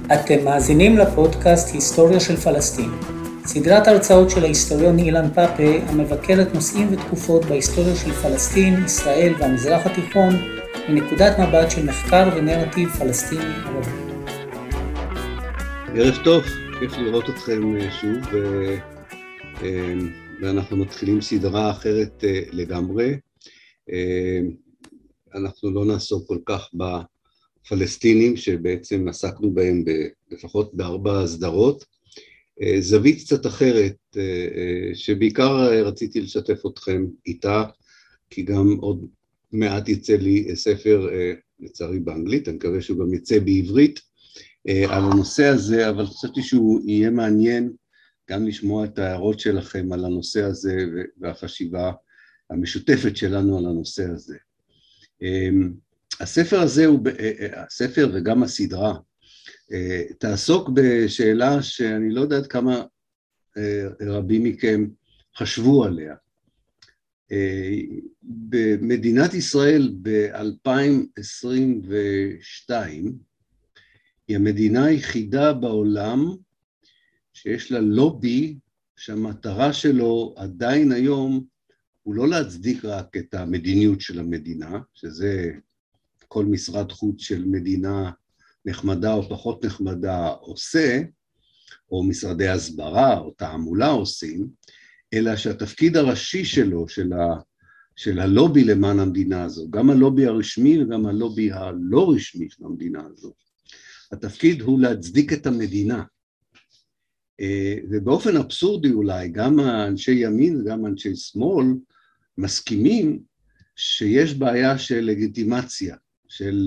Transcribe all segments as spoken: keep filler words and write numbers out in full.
אתם מאזינים לפודקאסט היסטוריה של פלסטין, סדרת הרצאות של ההיסטוריון אילן פאפה המבקרת נושאים ותקופות בהיסטוריה של פלסטין, ישראל והמזרח התיכון מנקודת מבט של מחקר ונרטיב פלסטיני ערבי. ערב טוב, כיף לראות אתכם שוב, ואנחנו מתחילים סדרה אחרת לגמרי. אנחנו לא נעסוק כל כך בפלסטינים שבעצם עסקנו בהם לפחות בארבע סדרות. זווית קצת אחרת שבעיקר רציתי לשתף אתכם איתה, כי גם עוד מעט יצא לי ספר, לצערי באנגלית, אני מקווה שהוא גם יצא בעברית, על הנושא הזה, אבל חשבתי שהוא יהיה מעניין גם לשמוע את ההערות שלכם על הנושא הזה והחשיבה המשותפת שלנו על הנושא הזה. הספר הזה הוא, הספר וגם הסדרה, תעסוק בשאלה שאני לא יודעת כמה רבים מכם חשבו עליה. במדינת ישראל ב-אלפיים עשרים ושתיים, היא המדינה היחידה בעולם שיש לה לובי שהמטרה שלו עדיין היום הוא לא להצדיק רק את המדיניות של המדינה, שזה כל משרד חוץ של מדינה נחמדה או פחות נחמדה עושה, או משרדי הסברה או תעמולה עושים, אלא שהתפקיד הראשי שלו, של, ה, של הלובי למען המדינה הזו, גם הלובי הרשמי וגם הלובי הלא רשמי של המדינה הזו, התפקיד הוא להצדיק את המדינה. ובאופן אבסורדי אולי, גם האנשי ימין וגם אנשי שמאל מסכימים שיש בעיה של לגיטימציה, של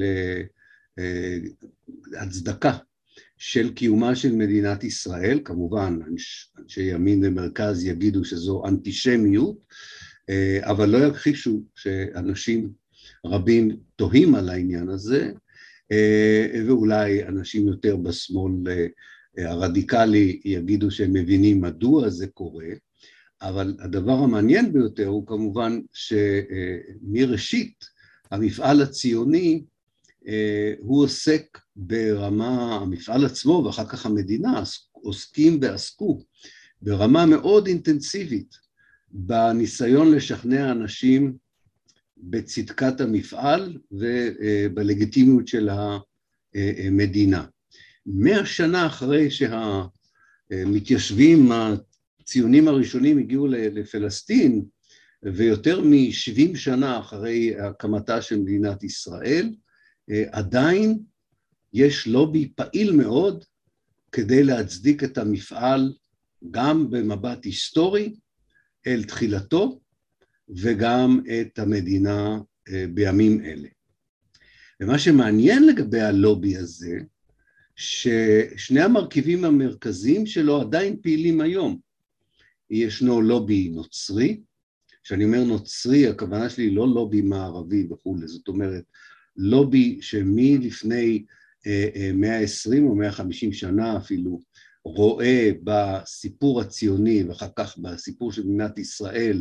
הצדקה, של קיומה של מדינת ישראל. כמובן, אנשי ימין ומרכז יגידו שזו אנטישמיות, אבל לא יכחישו שאנשים רבים תוהים על העניין הזה, ואולי אנשים יותר בשמאל הרדיקלי יגידו שהם מבינים מדוע זה קורה, אבל הדבר המעניין ביותר הוא כמובן שמראשית המפעל הציוני הוא עוסק ברמה, המפעל עצמו ואחר כך המדינה עוסקים ועסקו ברמה מאוד אינטנסיבית בניסיון לשכנע אנשים בצדקת המפעל ובלגיטימיות של המדינה. מאה שנה אחרי שהמתיישבים הציונים הראשונים הגיעו לפלסטין, ויותר מ-שבעים שנה אחרי הקמתה של מדינת ישראל, עדיין יש לובי פעיל מאוד כדי להצדיק את המפעל גם במבט היסטורי אל תחילתו, וגם את המדינה בימים אלה. ומה שמעניין לגבי הלובי הזה, ששני המרכיבים המרכזיים שלו עדיין פעילים היום. ישנו לובי נוצרי, שאני אומר נוצרי, הכוונה שלי לא לובי מערבי וכו', זאת אומרת, לובי שמי לפני מאה ועשרים או מאה וחמישים שנה אפילו, רואה בסיפור הציוני ואחר כך בסיפור של מדינת ישראל,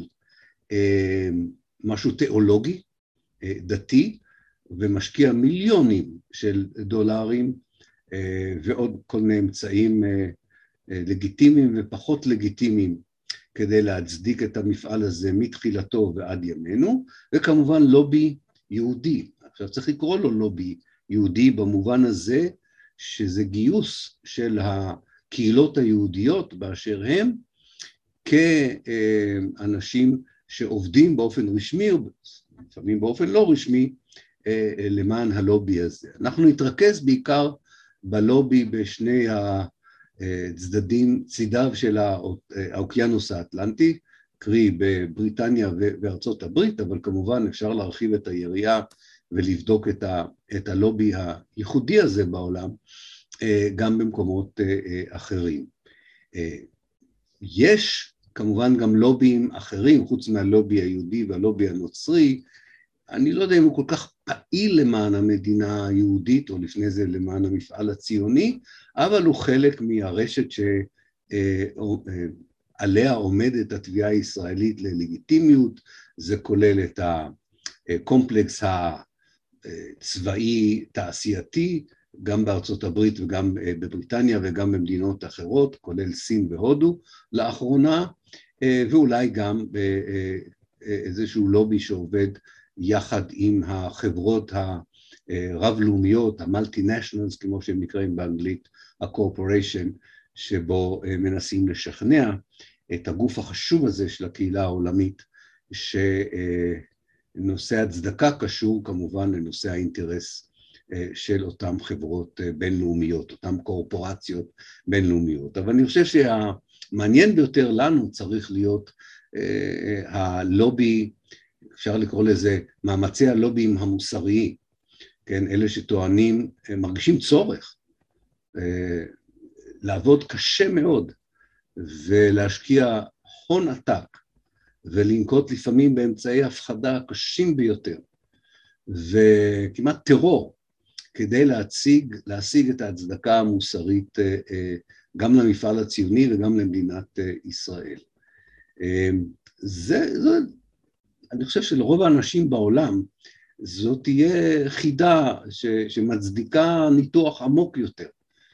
משהו תיאולוגי, דתי, ומשקיע מיליונים של דולרים, ועוד כל מיני אמצעים לגיטימיים ופחות לגיטימיים, כדי להצדיק את המפעל הזה מתחילתו ועד ימינו, וכמובן לובי יהודי. עכשיו צריך לקרוא לו לובי יהודי במובן הזה, שזה גיוס של הקהילות היהודיות באשר הם, כאנשים שעובדים באופן רשמי, או לפעמים באופן לא רשמי, למען הלובי הזה. אנחנו נתרכז בעיקר בלובי בשני הצדדים, צידיו של האוקיינוס האטלנטי, קרי בבריטניה וארצות הברית, אבל כמובן אפשר להרחיב את היריעה ולבדוק את, ה, את הלובי הייחודי הזה בעולם, גם במקומות אחרים. יש כמובן גם לובים אחרים, חוץ מהלובי היהודי והלובי הנוצרי, אני לא יודע אם הוא כל כך פעיל למען המדינה היהודית, או לפני זה למען המפעל הציוני, אבל הוא חלק מהרשת שעליה עומדת התביעה הישראלית ללגיטימיות. זה כולל את הקומפלקס הצבאי תעשייתי, גם בארצות הברית וגם בבריטניה וגם במדינות אחרות, כולל סין והודו לאחרונה, ואולי גם איזשהו לובי שעובד יחד עם החברות הרב-לאומיות, המולטי-נשיונלס, כמו שהם נקראים באנגלית, הקורפוריישן, שבו מנסים לשכנע את הגוף החשוב הזה של הקהילה העולמית, שנושא הצדקה קשור כמובן לנושא האינטרס של אותם חברות בינלאומיות, אותם קורפורציות בינלאומיות. אבל אני חושב שהמעניין ביותר לנו צריך להיות הלובי, אפשר לקרוא לזה מאמצי הלובים המוסריים, כן, אלה שטוענים, מרגישים צורך לעבוד קשה מאוד ולהשקיע הון עתק ולנקוט לפעמים באמצעי הפחדה קשים ביותר וכמעט טרור כדי להציג, להשיג את ההצדקה המוסרית גם למפעל הציוני וגם למדינת ישראל. זה, זה, אני חושב שלרוב האנשים בעולם זו תהיה חידה ש, שמצדיקה ניתוח עמוק יותר.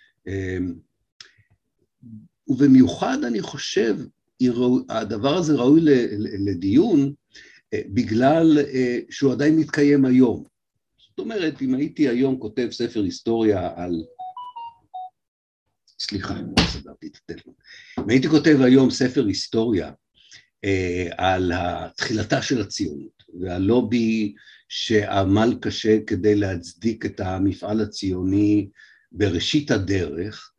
ובמיוחד אני חושב, הדבר הזה ראוי לדיון בגלל שהוא עדיין מתקיים היום. זאת אומרת, אם הייתי היום כותב ספר היסטוריה על... סליחה, אני לא סדרתי את הטלפון. אם הייתי כותב היום ספר היסטוריה על התחילתה של הציונות, והלובי שעמל קשה כדי להצדיק את המפעל הציוני בראשית הדרך,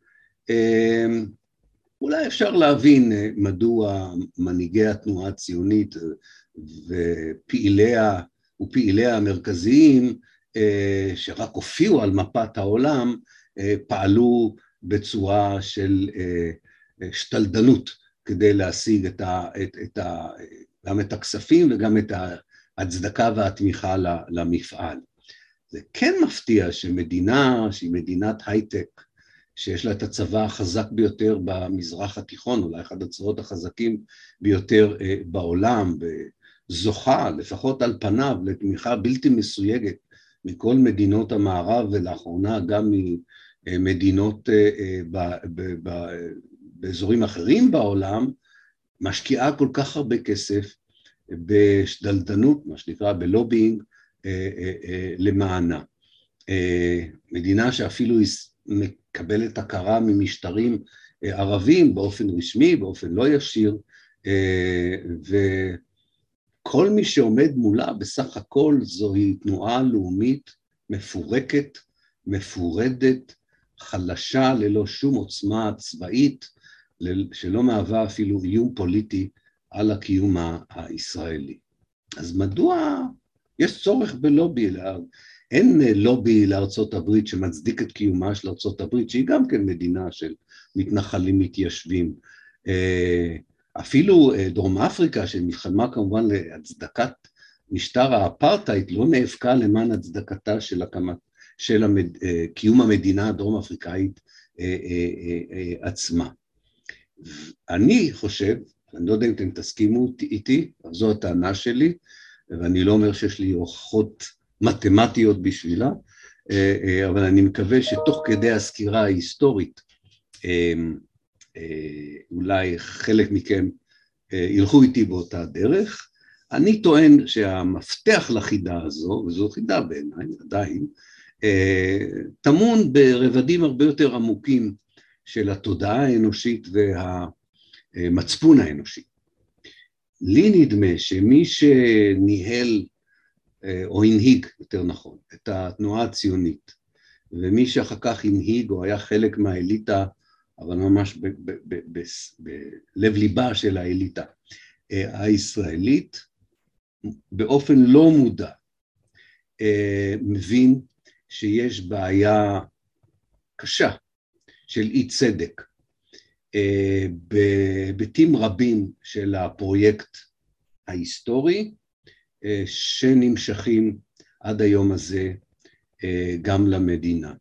אולי אפשר להבין מדוע מנהיגי התנועה הציונית ופעיליה ופעיליה המרכזיים שרק הופיעו על מפת העולם פעלו בצורה של שתלדנות כדי להשיג את ה, את, את ה, גם את הכספים וגם את ההצדקה והתמיכה למפעל. זה כן מפתיע שמדינה שהיא מדינת הייטק, שיש לה את הצבא החזק ביותר במזרח התיכון, אולי אחד הצבאות החזקים ביותר בעולם, וזוכה לפחות על פניו לתמיכה בלתי מסויגת מכל מדינות המערב, ולאחרונה גם ממדינות ב, ב, ב, באזורים אחרים בעולם, משקיעה כל כך הרבה כסף בשדלדנות, מה שנקרא בלובינג, למענה. מדינה שאפילו מקבלת הכרה ממשטרים ערבים באופן רשמי, באופן לא ישיר, וכל מי שעומד מולה בסך הכל זוהי תנועה לאומית מפורקת, מפורדת, חלשה ללא שום עוצמה צבאית, שלא מהווה אפילו איום פוליטי על הקיום הישראלי. אז מדוע יש צורך בלובי? אין לובי לארצות הברית שמצדיק את קיומה של ארצות הברית, שהיא גם כן מדינה של מתנחלים מתיישבים. אפילו דרום אפריקה, שנלחמה כמובן להצדקת משטר האפרטהייד, לא נאבקה למען הצדקתה של הקמת, של המד... קיום המדינה הדרום אפריקאית עצמה. אני חושב, אני לא יודע אם אתם תסכימו איתי, זו הטענה שלי, ואני לא אומר שיש לי הוכחות מתמטיות בשבילה, אבל אני מקווה שתוך כדי הסקירה ההיסטורית, אולי חלק מכם ילכו איתי באותה דרך. אני טוען שהמפתח לחידה הזו, וזו חידה בעיניי עדיין, טמון ברבדים הרבה יותר עמוקים של התודעה האנושית והמצפון האנושי. לי נדמה שמי שניהל, או הנהיג יותר נכון, את התנועה הציונית, ומי שאחר כך הנהיג או היה חלק מהאליטה, אבל ממש בלב ליבה של האליטה הישראלית, באופן לא מודע, מבין שיש בעיה קשה של אי צדק בהיבטים רבים של הפרויקט ההיסטורי, שנמשכים עד היום הזה גם למדינה.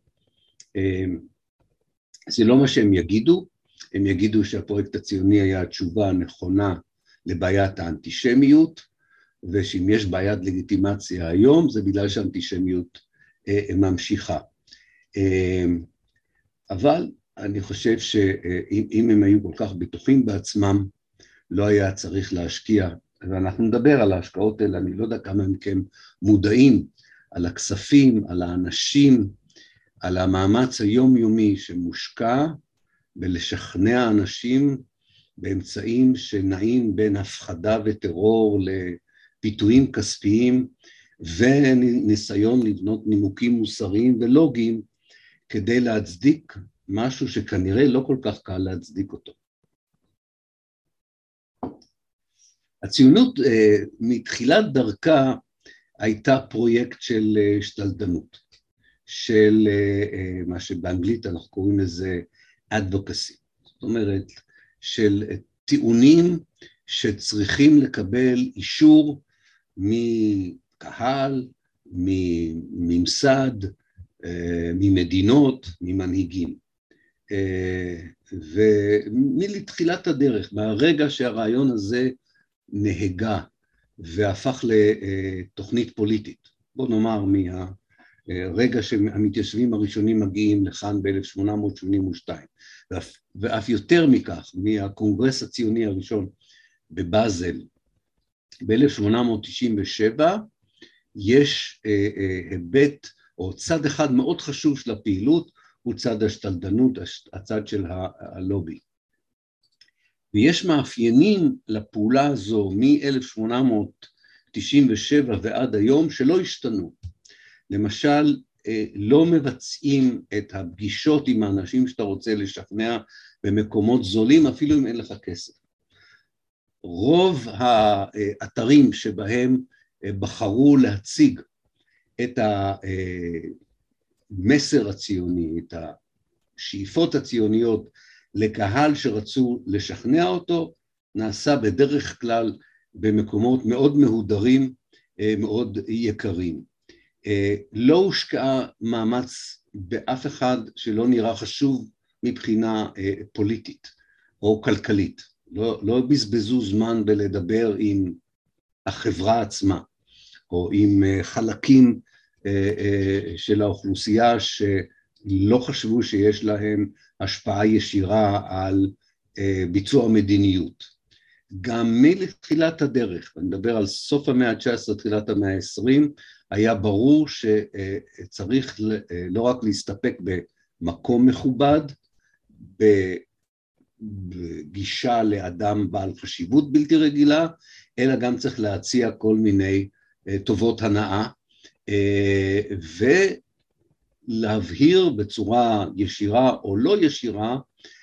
זה לא מה שהם יגידו, הם יגידו שהפרויקט הציוני היה התשובה הנכונה לבעיית האנטישמיות, ושאם יש בעיית לגיטימציה היום, זה בגלל שהאנטישמיות ממשיכה. אבל אני חושב שאם הם היו כל כך בטוחים בעצמם, לא היה צריך להשקיע, ואנחנו נדבר על ההשקעות האלה, אני לא יודע כמה מכם מודעים, על הכספים, על האנשים, על המאמץ היומיומי שמושקע בלשכנע אנשים באמצעים שנעים בין הפחדה וטרור לפיתויים כספיים וניסיון לבנות נימוקים מוסריים ולוגיים כדי להצדיק משהו שכנראה לא כל כך קל להצדיק אותו. הציונות מתחילת דרכה הייתה פרויקט של שתלטנות, של מה שבאנגלית אנחנו קוראים לזה advocacy, זאת אומרת של טיעונים שצריכים לקבל אישור מקהל, מממסד, ממדינות, ממנהיגים. ומלתחילת הדרך, מהרגע שהרעיון הזה נהגה והפך לתוכנית פוליטית, בוא נאמר מהרגע שהמתיישבים הראשונים מגיעים לכאן ב-אלף שמונה מאות שמונים ושתיים, ואף, ואף יותר מכך מהקונגרס הציוני הראשון בבאזל ב-אלף שמונה מאות תשעים ושבע, יש היבט או צד אחד מאוד חשוב של הפעילות, הוא צד השתלטנות, הצד של הלובי. ויש מאפיינים לפעולה הזו מ-אלף שמונה מאות תשעים ושבע ועד היום שלא השתנו. למשל, לא מבצעים את הפגישות עם האנשים שאתה רוצה לשכנע במקומות זולים, אפילו אם אין לך כסף. רוב האתרים שבהם בחרו להציג את המסר הציוני, את השאיפות הציוניות לקהל שרצו לשכנע אותו, נעשה בדרך כלל במקומות מאוד מהודרים, מאוד יקרים. לא הושקע מאמץ באף אחד שלא נראה חשוב מבחינה פוליטית או כלכלית. לא, לא בזבזו זמן בלדבר עם החברה עצמה, או עם חלקים של האוכלוסייה שלא חשבו שיש להם השפעה ישירה על ביצוע מדיניות. גם מתחילת הדרך, אני מדבר על סוף המאה ה-תשע עשרה, תחילת המאה ה-עשרים, היה ברור שצריך לא רק להסתפק במקום מכובד, בגישה לאדם בעל חשיבות בלתי רגילה, אלא גם צריך להציע כל מיני טובות הנאה, ולהבהיר בצורה ישירה או לא ישירה,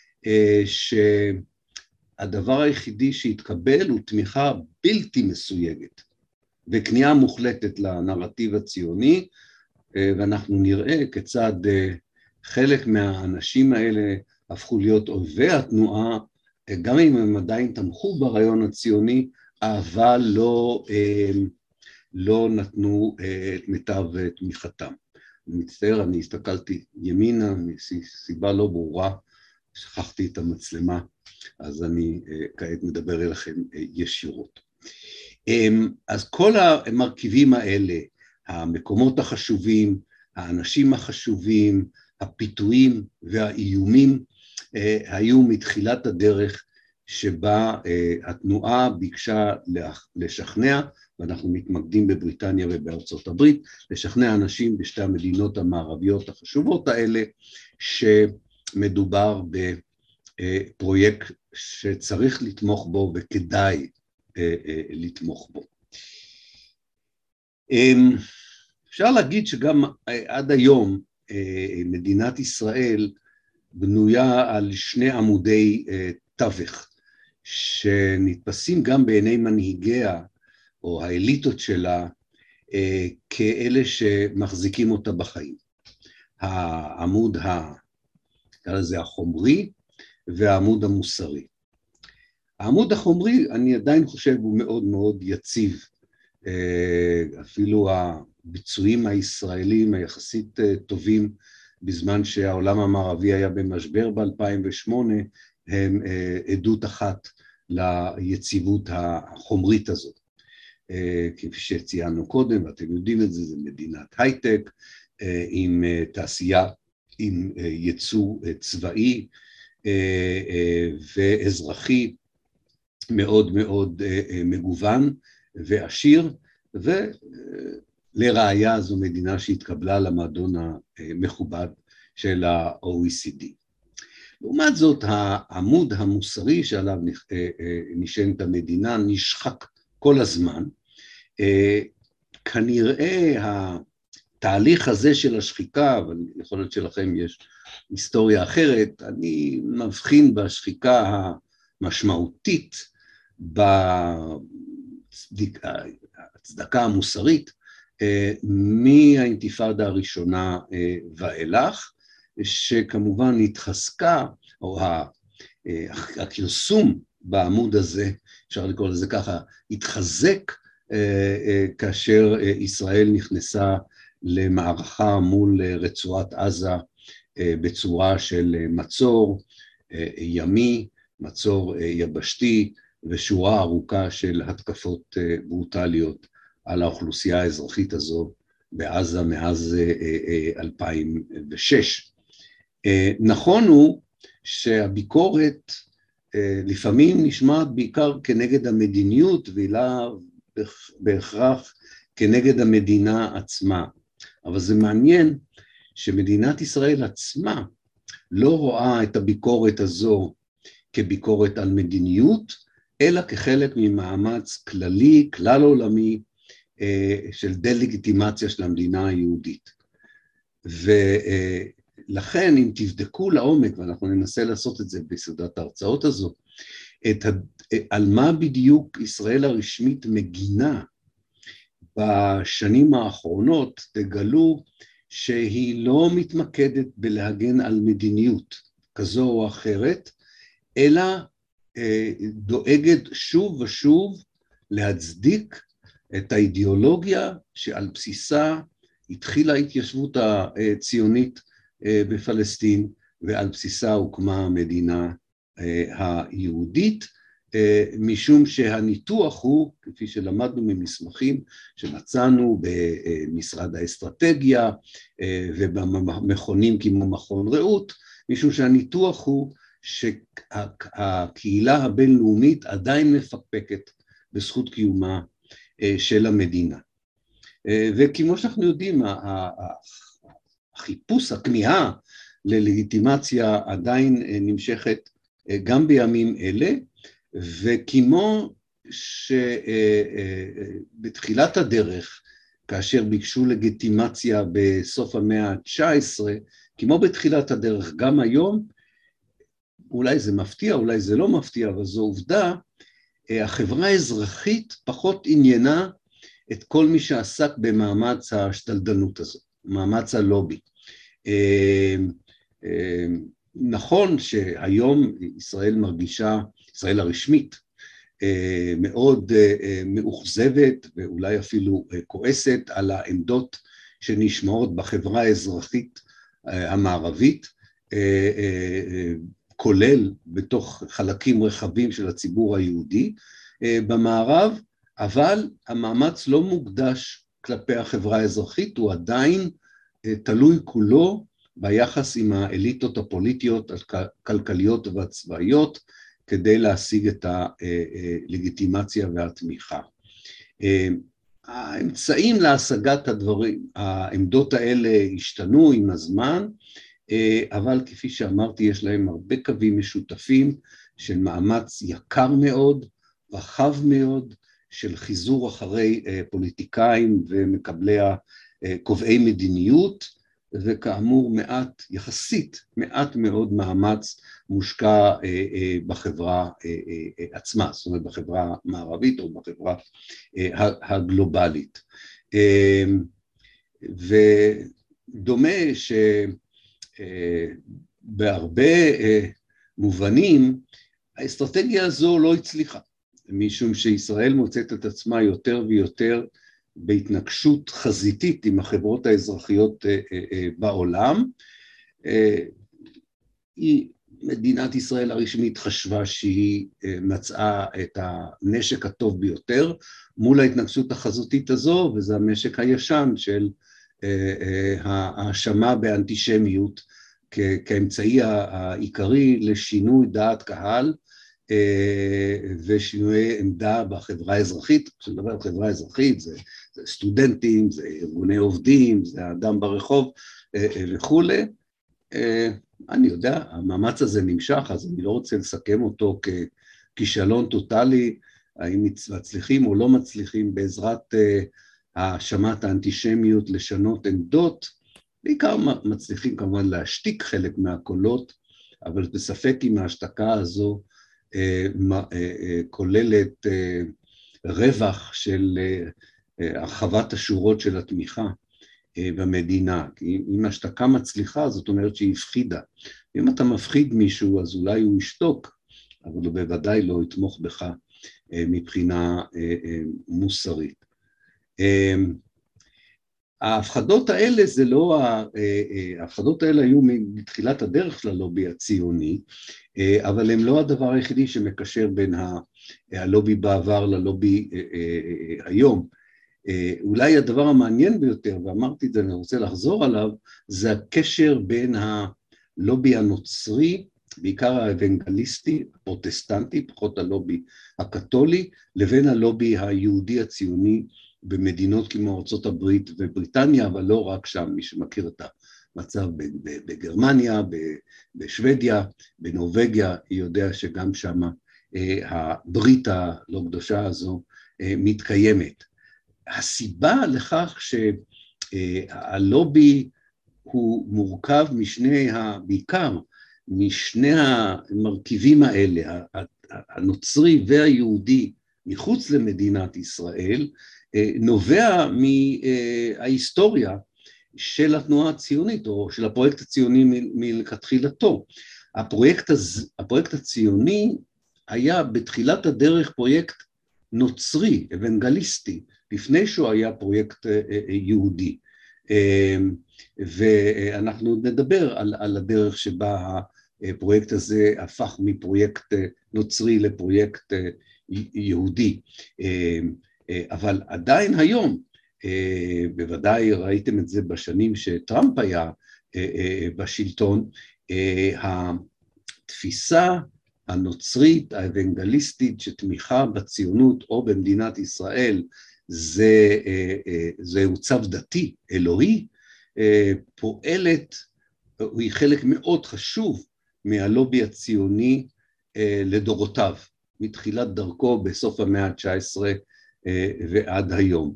שהדבר היחידי שהתקבל הוא תמיכה בלתי מסויגת, וכניעה מוחלטת לנרטיב הציוני, ואנחנו נראה כיצד חלק מהאנשים האלה הפכו להיות אויבי התנועה, גם אם הם עדיין תמכו ברעיון הציוני, אבל לא, לא נתנו את מיטב תמיכתם. אני מצטער, אני הסתכלתי ימינה, מסיבה לא ברורה, שכחתי את המצלמה, אז אני כעת מדבר אליכם ישירות. אז כל המרכיבים האלה, המקומות החשובים, האנשים החשובים, הפיתויים והאיומים, היו מתחילת הדרך שבה התנועה ביקשה לשכנע, ואנחנו מתמקדים בבריטניה ובארצות הברית, לשכנע אנשים בשתי המדינות המערביות החשובות האלה, שמדובר בפרויקט שצריך לתמוך בו וכדאי לתמוך בו. אפשר להגיד שגם עד היום מדינת ישראל בנויה על שני עמודי תווך, שנתפסים גם בעיני מנהיגיה או האליטות שלה כאלה שמחזיקים אותה בחיים. העמוד ה, נקרא לזה החומרי והעמוד המוסרי. העמוד החומרי אני עדיין חושב הוא מאוד מאוד יציב, אפילו הביצועים הישראלים היחסית טובים בזמן שהעולם המערבי היה במשבר ב-אלפיים ושמונה, הם עדות אחת ליציבות החומרית הזאת. כפי שציינו קודם, ואתם יודעים את זה, זה מדינת הייטק עם תעשייה עם ייצוא צבאי ואזרחי מאוד מאוד מגוון ועשיר, ולראיה זו מדינה שהתקבלה למועדון המכובד של ה-או אי סי די. לעומת זאת, העמוד המוסרי שעליו נשענת המדינה נשחק כל הזמן. כנראה התהליך הזה של השחיקה, אבל יכול להיות שלכם יש היסטוריה אחרת, אני מבחין בשחיקה המשמעותית, בהצדקה המוסרית, מהאינתיפאדה הראשונה ואילך, שכמובן התחזקה, או הכרסום בעמוד הזה, אפשר לקרוא לזה ככה, התחזק כאשר ישראל נכנסה למערכה מול רצועת עזה בצורה של מצור ימי, מצור יבשתי, ושורה ארוכה של התקפות ברוטליות על האוכלוסייה האזרחית הזו בעזה מאז אלפיים ושש. נכון הוא שהביקורת לפעמים נשמעת בעיקר כנגד המדיניות, ולא בהכרח כנגד המדינה עצמה. אבל זה מעניין שמדינת ישראל עצמה לא רואה את הביקורת הזו כביקורת על מדיניות, אלא כחלק ממאמץ כללי, כלל עולמי, של דה-לגיטימציה של המדינה היהודית. ולכן אם תבדקו לעומק, ואנחנו ננסה לעשות את זה בסדרת ההרצאות הזו, את ה... על מה בדיוק ישראל הרשמית מגינה בשנים האחרונות, תגלו שהיא לא מתמקדת בלהגן על מדיניות כזו או אחרת, אלא דואגת שוב ושוב להצדיק את האידיאולוגיה שעל בסיסה התחילה ההתיישבות הציונית בפלסטין, ועל בסיסה הוקמה המדינה היהודית, משום שהניתוח הוא, כפי שלמדנו ממסמכים שמצאנו במשרד האסטרטגיה ובמכונים כמו מכון רעות, משום שהניתוח הוא שהקהילה הבינלאומית עדיין מפקפקת בזכות קיומה של המדינה. וכמו שאנחנו יודעים, החיפוש, הכמיהה ללגיטימציה עדיין נמשכת גם בימים אלה, וכמו שבתחילת הדרך, כאשר ביקשו לגיטימציה בסוף המאה ה-תשע עשרה, כמו בתחילת הדרך גם היום, אולי זה מפתיע, אולי זה לא מפתיע, אבל זו עובדה, החברה האזרחית פחות עניינה את כל מי שעסק במאמץ השתלדנות הזו, מאמץ הלובי. נכון שהיום ישראל מרגישה, ישראל הרשמית, מאוד מאוכזבת ואולי אפילו כועסת על העמדות שנשמעות בחברה האזרחית המערבית, כולל בתוך חלקים רחבים של הציבור היהודי במערב, אבל המאמץ לא מוקדש כלפי החברה האזרחית, הוא עדיין תלוי כולו ביחס עם האליטות הפוליטיות, הכלכליות והצבאיות, כדי להשיג את הלגיטימציה והתמיכה. האמצעים להשגת הדברים, העמדות האלה השתנו עם הזמן, אבל כפי שאמרתי, יש להם הרבה קווים משותפים של מאמץ יקר מאוד, רחב מאוד, של חיזור אחרי פוליטיקאים ומקבלי קובעי מדיניות, וכאמור מעט, יחסית, מעט מאוד מאמץ מושקע בחברה עצמה, זאת אומרת בחברה המערבית או בחברה הגלובלית. ודומה שבהרבה מובנים האסטרטגיה הזו לא הצליחה, משום שישראל מוצאת את עצמה יותר ויותר בהתנגשות חזיתית עם החברות האזרחיות בעולם. מדינת ישראל הרשמית חשבה שהיא מצאה את הנשק הטוב ביותר מול ההתנגשות החזיתית הזו, וזה המשק הישן של האשמה באנטישמיות כאמצעי העיקרי לשינוי דעת קהל ושינוי עמדה בחברה האזרחית. כשנדבר על חברה אזרחית זה, זה סטודנטים, זה ארגוני עובדים, זה האדם ברחוב וכו'. אני יודע, המאמץ הזה נמשך, אז אני לא רוצה לסכם אותו ככישלון טוטלי, האם מצליחים או לא מצליחים בעזרת האשמת האנטישמיות לשנות עמדות, בעיקר מצליחים כמובן להשתיק חלק מהקולות, אבל בספק אם ההשתקה הזו כוללת רווח של הרחבת השורות של התמיכה במדינה. כי אם השתקה מצליחה, זאת אומרת שהיא הפחידה. אם אתה מפחיד מישהו, אז אולי הוא ישתוק, אבל הוא בוודאי לא יתמוך בך מבחינה מוסרית. ההפחדות האלה זה לא, ההפחדות האלה היו מתחילת הדרך של הלובי הציוני, אבל הם לא הדבר היחידי שמקשר בין הלובי בעבר ללובי היום. אולי הדבר המעניין ביותר, ואמרתי את זה, אני רוצה לחזור עליו, זה הקשר בין הלובי הנוצרי, בעיקר האוונגליסטי, הפרוטסטנטי, פחות הלובי הקתולי, לבין הלובי היהודי הציוני במדינות כמו ארצות הברית ובריטניה, אבל לא רק שם, מי שמכיר את המצב בגרמניה, בשוודיה, בנורווגיה, יודע שגם שם הברית הלא קדושה הזו מתקיימת. הסיבה לכך שהלובי הוא מורכב משני, בעיקר משני המרכיבים האלה, הנוצרי והיהודי מחוץ למדינת ישראל, נובע מההיסטוריה של התנועה הציונית, או של הפרויקט הציוני מלכתחילתו. הפרויקט, הפרויקט הציוני היה בתחילת הדרך פרויקט נוצרי, אוונגליסטי, לפני שהוא היה פרויקט יהודי. ואנחנו נדבר על, על הדרך שבה הפרויקט הזה הפך מפרויקט נוצרי לפרויקט יהודי. אבל עדיין היום, בוודאי ראיתם את זה בשנים שטראמפ היה בשלטון, התפיסה הנוצרית, האוונגליסטית, שתמיכה בציונות או במדינת ישראל, זה, זהו צו דתי, אלוהי, פועלת, היא חלק מאוד חשוב מהלובי הציוני לדורותיו, מתחילת דרכו בסוף המאה ה-תשע עשרה ועד היום.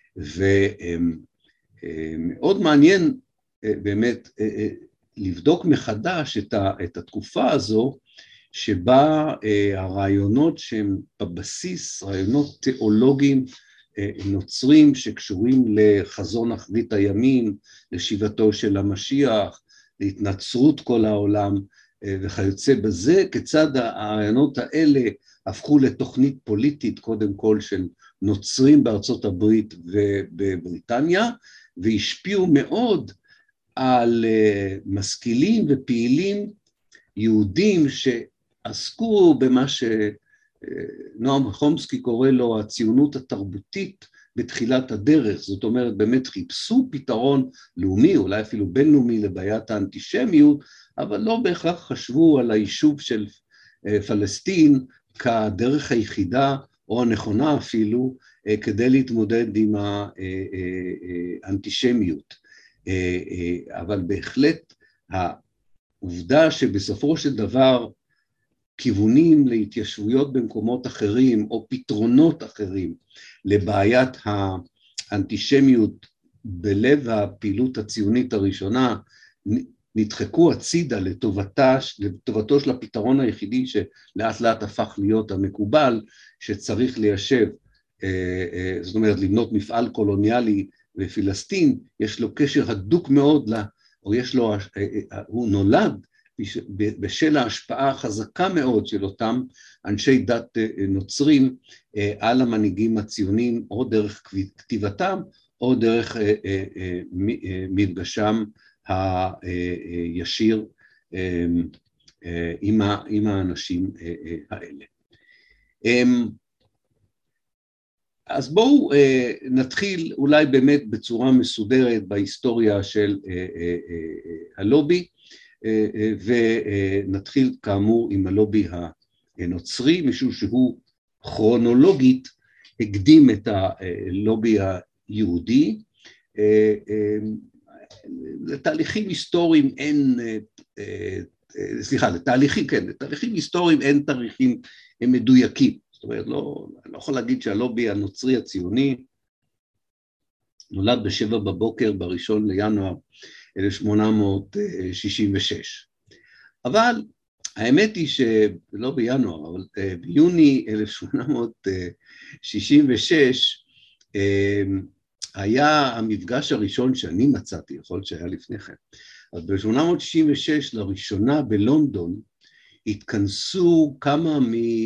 ומאוד מעניין באמת לבדוק מחדש את התקופה הזו, שבה הרעיונות שהם בבסיס, רעיונות תיאולוגיים נוצרים שקשורים לחזון אחרית הימים, לשיבתו של המשיח, להתנצרות כל העולם וכיוצא בזה, כיצד הרעיונות האלה הפכו לתוכנית פוליטית קודם כל של נוצרים בארצות הברית ובבריטניה, והשפיעו מאוד על משכילים ופעילים יהודים שעסקו במה שנועם חומסקי קורא לו הציונות התרבותית בתחילת הדרך. זאת אומרת, באמת חיפשו פתרון לאומי, אולי אפילו בינלאומי, לבעיית האנטישמיות, אבל לא בהכרח חשבו על היישוב של פלסטין כדרך היחידה או הנכונה אפילו כדי להתמודד עם האנטישמיות. אבל בהחלט העובדה שבסופו של דבר כיוונים להתיישבויות במקומות אחרים או פתרונות אחרים לבעיית האנטישמיות בלב הפעילות הציונית הראשונה נדחקו הצידה לטובתה, לטובתו של הפתרון היחידי שלאט לאט הפך להיות המקובל, שצריך ליישב, זאת אומרת לבנות מפעל קולוניאלי בפלסטין. יש לו קשר הדוק מאוד, או יש לו, הוא נולד בשל ההשפעה החזקה מאוד של אותם אנשי דת נוצרים על המנהיגים הציונים, או דרך כתיבתם, או דרך מפגשם הישיר עם האנשים האלה. אז בואו נתחיל אולי באמת בצורה מסודרת בהיסטוריה של הלובי, ונתחיל כאמור עם הלובי הנוצרי, משום שהוא כרונולוגית הקדים את הלובי היהודי. לתהליכים היסטוריים אין, סליחה, לתהליכים, כן, לתהליכים היסטוריים אין תאריכים מדויקים. זאת אומרת, לא, אני לא יכול להגיד שהלובי הנוצרי הציוני נולד בשבע בבוקר בראשון לינואר אלף שמונה מאות שישים ושש. אבל האמת היא שלא בינואר, אבל ביוני אלף שמונה מאות שישים ושש היה המפגש הראשון שאני מצאתי, יכול להיות שהיה לפני כן. אז ב-אלף שמונה מאות שישים ושש לראשונה בלונדון התכנסו כמה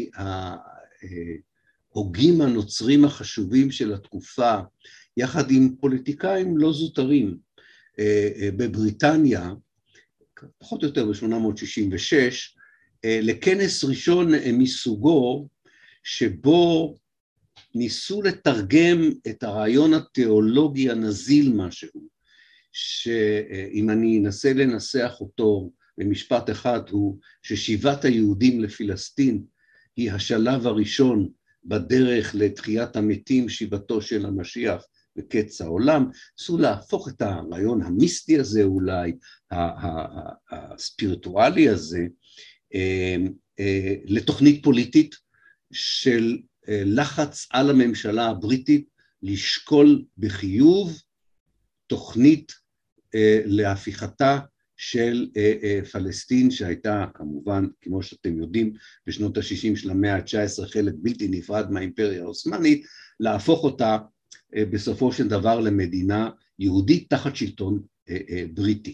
מההוגים הנוצרים החשובים של התקופה, יחד עם פוליטיקאים לא זוטרים בבריטניה, פחות או יותר ב-אלף שמונה מאות שישים ושש, לכנס ראשון מסוגו, שבו ניסו לתרגם את הרעיון התיאולוגי הנזיל משהו, שאם אני אנסה לנסח אותו במשפט אחד, הוא ששיבת היהודים לפלסטין היא השלב הראשון בדרך לתחיית המתים, שיבתו של המשיח וקץ העולם. ניסו להפוך את הרעיון המיסטי הזה אולי, הספיריטואלי הזה, לתוכנית פוליטית של לחץ על הממשלה הבריטית לשקול בחיוב תוכנית להפיכתה של פלסטין, שהייתה כמובן, כמו שאתם יודעים, בשנות ה-שישים של המאה ה-תשע עשרה חלק בלתי נפרד מהאימפריה העות'מאנית, להפוך אותה בסופו של דבר למדינה יהודית תחת שלטון בריטי.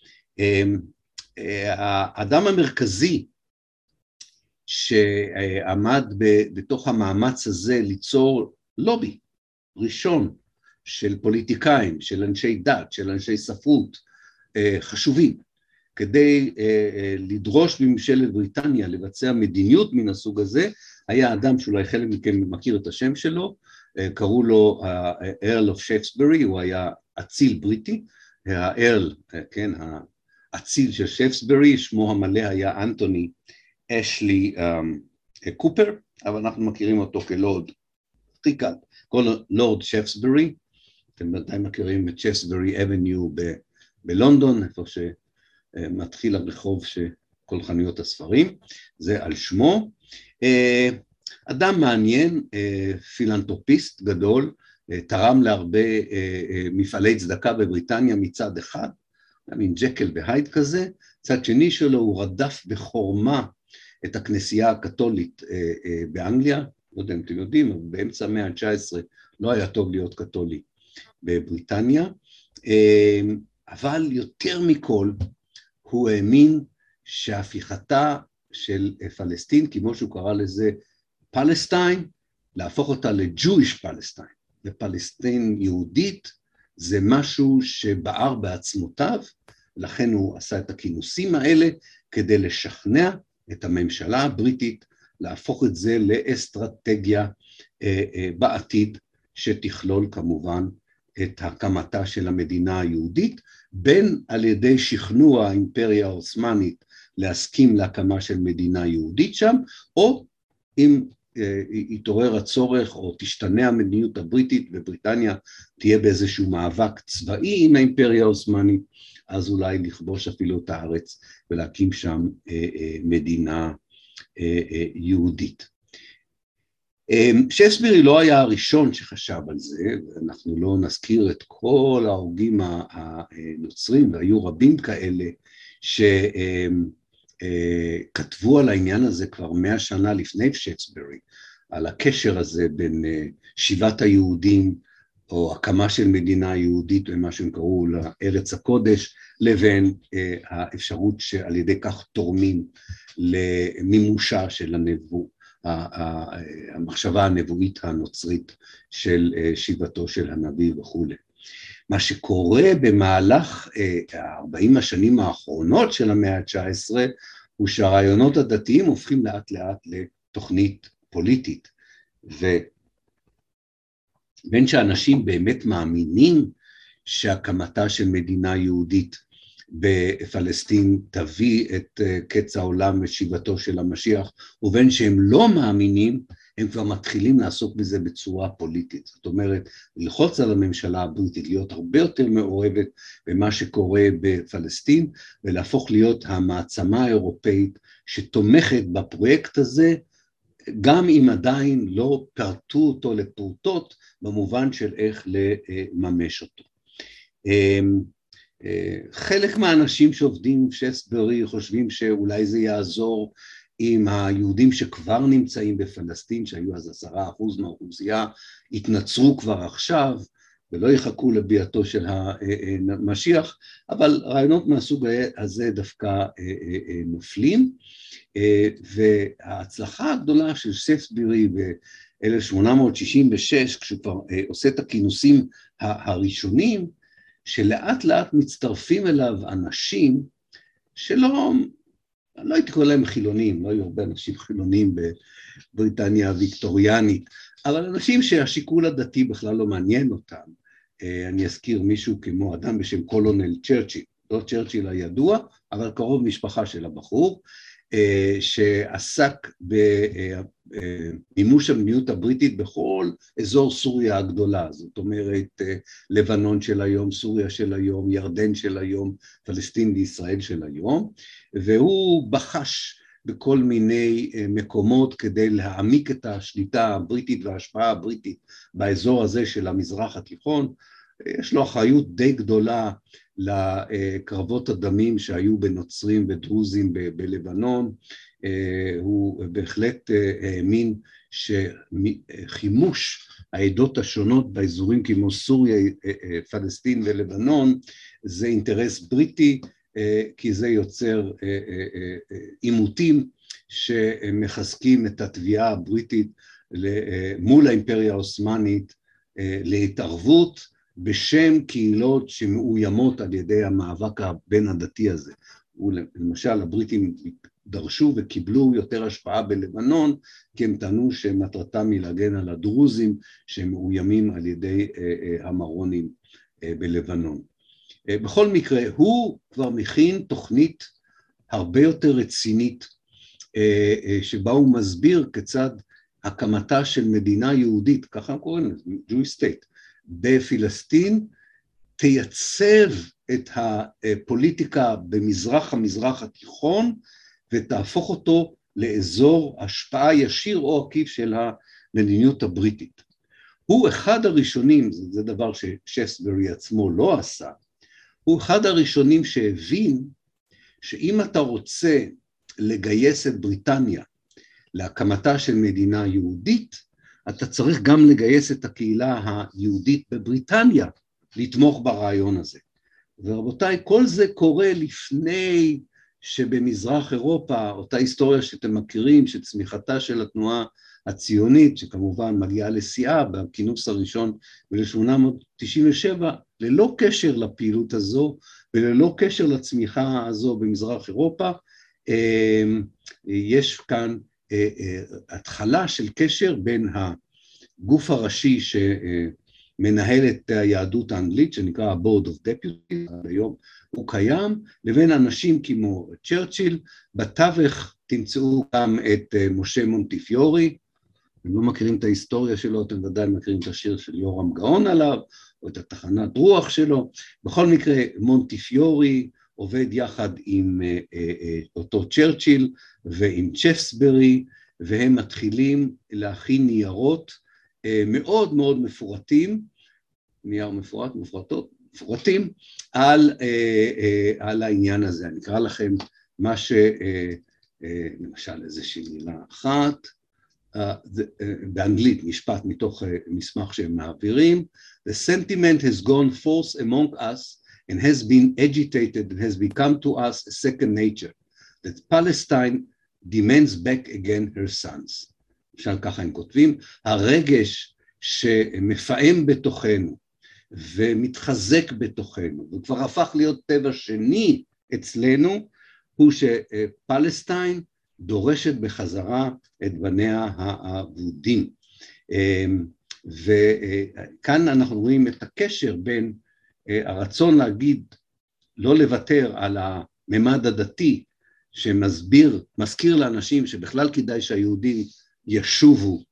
האדם המרכזי שעמד בתוך המאמץ הזה ליצור לובי ראשון של פוליטיקאים, של אנשי דת, של אנשי ספרות חשובים, כדי לדרוש מממשלת בריטניה לבצע מדיניות מן הסוג הזה, היה אדם שאולי חלק מכם מכיר את השם שלו, קראו לו הארל אוף שפסברי, הוא היה אציל בריטי, הארל, כן, האציל של שפסברי, שמו המלא היה אנטוני אשלי קופר, אבל אנחנו מכירים אותו כלורד, לורד שפסברי, אתם בינתיים מכירים את שפסברי אבניו בלונדון, איפה שמתחיל הרחוב שכל חנויות הספרים, זה על שמו. אדם מעניין, פילנטרופיסט גדול, תרם להרבה מפעלי צדקה בבריטניה מצד אחד, מין ג'קל והייד כזה, צד שני שלו הוא רדף בחורמה את הכנסייה הקתולית באנגליה, לא יודע אם אתם יודעים, אבל באמצע המאה ה-תשע עשרה לא היה טוב להיות קתולי בבריטניה, אבל יותר מכל הוא האמין שהפיכתה של פלסטין, כמו שהוא קרא לזה פלסטיין, להפוך אותה לג'ויש פלסטיין, לפלסטין יהודית, זה משהו שבער בעצמותיו, לכן הוא עשה את הכינוסים האלה כדי לשכנע את הממשלה הבריטית, להפוך את זה לאסטרטגיה בעתיד, שתכלול כמובן את הקמתה של המדינה היהודית, בין על ידי שכנוע האימפריה העות'מאנית להסכים להקמה של מדינה יהודית שם, או אם יתעורר הצורך או תשתנה המדיניות הבריטית ובריטניה תהיה באיזשהו מאבק צבאי עם האימפריה העות'מאנית, אז אולי לכבוש אפילו את הארץ ולהקים שם מדינה יהודית. שפסברי לא היה הראשון שחשב על זה, אנחנו לא נזכיר את כל ההוגים הנוצרים, והיו רבים כאלה שכתבו על העניין הזה כבר מאה שנה לפני שפסברי, על הקשר הזה בין שיבת היהודים, או הקמה של מדינה יהודית, ומה שהם קראו לארץ הקודש, לבין האפשרות שעל ידי כך תורמים למימושה של הנבוא, המחשבה הנבואית הנוצרית של שיבתו של הנביא וכו'. מה שקורה במהלך ארבעים השנים האחרונות של המאה ה-תשע עשרה, הוא שהרעיונות הדתיים הופכים לאט לאט לתוכנית פוליטית, ובין שאנשים באמת מאמינים שהקמתה של מדינה יהודית בפלסטין תביא את קץ העולם ושיבתו של המשיח, ובין שהם לא מאמינים, הם כבר מתחילים לעסוק בזה בצורה פוליטית. זאת אומרת, ללחוץ על הממשלה הבריטית להיות הרבה יותר מעורבת במה שקורה בפלסטין, ולהפוך להיות המעצמה האירופאית שתומכת בפרויקט הזה, גם אם עדיין לא פרטו אותו לפרוטות, במובן של איך לממש אותו. חלק מהאנשים שעובדים עם שסברי חושבים שאולי זה יעזור עם היהודים שכבר נמצאים בפלסטין, שהיו אז עשרה אחוז מהאוכלוסייה, התנצרו כבר עכשיו, ולא יחכו לביאתו של המשיח, אבל רעיונות מהסוג הזה דווקא נופלים, וההצלחה הגדולה של שסברי ב-אלף שמונה מאות שישים ושש, כשהוא כבר עושה את הכינוסים הראשונים, שלאט לאט מצטרפים אליו אנשים שלא, לא הייתי קורא להם חילונים, לא היו הרבה אנשים חילונים בבריטניה הוויקטוריאנית, אבל אנשים שהשיקול הדתי בכלל לא מעניין אותם. אני אזכיר מישהו כמו אדם בשם קולונל צ'רצ'יל, לא צ'רצ'יל הידוע, אבל קרוב משפחה של הבחור, שעסק במימוש המדיניות הבריטית בכל אזור סוריה הגדולה, זאת אומרת לבנון של היום, סוריה של היום, ירדן של היום, פלסטין וישראל של היום, והוא בחש בכל מיני מקומות כדי להעמיק את השליטה הבריטית וההשפעה הבריטית באזור הזה של המזרח התיכון. יש לו אחריות די גדולה לקרבות הדמים שהיו בנוצרים ודרוזים בלבנון. הוא בהחלט האמין שחימוש העדות השונות באזורים כמו סוריה, פלסטין ולבנון זה אינטרס בריטי, כי זה יוצר עימותים שמחזקים את התביעה הבריטית מול האימפריה העות'מאנית להתערבות בשם קהילות שמאוימות על ידי המאבק הבין הדתי הזה. למשל, הבריטים דרשו וקיבלו יותר השפעה בלבנון, כי הם טענו שמטרתם היא להגן על הדרוזים שמאוימים על ידי המרונים בלבנון. בכל מקרה, הוא כבר מכין תוכנית הרבה יותר רצינית, שבה הוא מסביר כיצד הקמתה של מדינה יהודית, ככה הם קוראים לזה, Jewish State, בפלסטין, תייצב את הפוליטיקה במזרח המזרח התיכון, ותהפוך אותו לאזור השפעה ישיר או עקיף של המדיניות הבריטית. הוא אחד הראשונים, זה דבר ששסברי עצמו לא עשה, הוא אחד הראשונים שהבין שאם אתה רוצה לגייס את בריטניה להקמתה של מדינה יהודית, אתה צריך גם לגייס את הקהילה היהודית בבריטניה לתמוך ברעיון הזה. ורבותיי, כל זה קורה לפני שבמזרח אירופה, אותה היסטוריה שאתם מכירים, שצמיחתה של התנועה הציונית, שכמובן מגיעה לשיאה בכינוס הראשון ב-אלף שמונה מאות תשעים ושבע, ללא קשר לפעילות הזו, וללא קשר לצמיחה הזו במזרח אירופה, יש כאן התחלה של קשר בין הגוף הראשי שמנהל את היהדות האנגלית, שנקרא ה-Board of Deputies, היום הוא קיים, לבין אנשים כמו צ'רצ'יל. בתווך תמצאו גם את משה מונטיפיורי, אתם לא מכירים את ההיסטוריה שלו, אתם ודאי מכירים את השיר של יורם גאון עליו, או את התחנת רוח שלו. בכל מקרה, מונטיפיורי עובד יחד עם אותו צ'רצ'יל ועם שסברי, והם מתחילים להכין ניירות מאוד מאוד מפורטים, נייר מפורט, מפורטות, מפורטים, על, על העניין הזה. אני אקרא לכם מה ש... למשל איזושהי מילה אחת, באנגלית, משפט מתוך מסמך שהם מעבירים, The sentiment has gone forth among us and has been agitated and has become to us a second nature, that Palestine demands back again her sons. למשל ככה הם כותבים, הרגש שמפעם בתוכנו ומתחזק בתוכנו, וכבר הפך להיות טבע שני אצלנו, הוא שפלסטיין דורשת בחזרה את בניה האבודים. וכאן אנחנו רואים את הקשר בין הרצון להגיד לא לוותר על הממד הדתי, שמסביר, מזכיר לאנשים שבכלל כדאי שהיהודים ישובו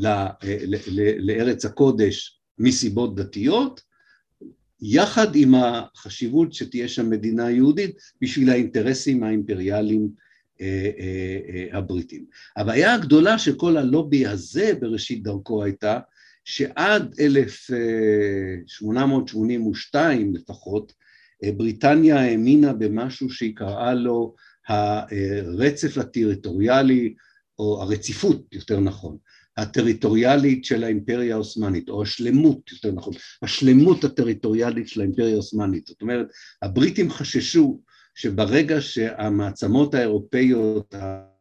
לארץ הקודש מסיבות דתיות, יחד עם החשיבות שתהיה שם מדינה יהודית בשביל האינטרסים האימפריאליים הבריטים. הבעיה הגדולה של כל הלובי הזה בראשית דרכו הייתה, שעד אלף שמונה מאות שמונים ושתיים לפחות, בריטניה האמינה במשהו שהיא קראה לו הרצף הטריטוריאלי, או הרציפות יותר נכון, הטריטוריאלית של האימפריה העות'מאנית, או השלמות יותר נכון, השלמות הטריטוריאלית של האימפריה העות'מאנית. זאת אומרת, הבריטים חששו שברגע שהמעצמות האירופאיות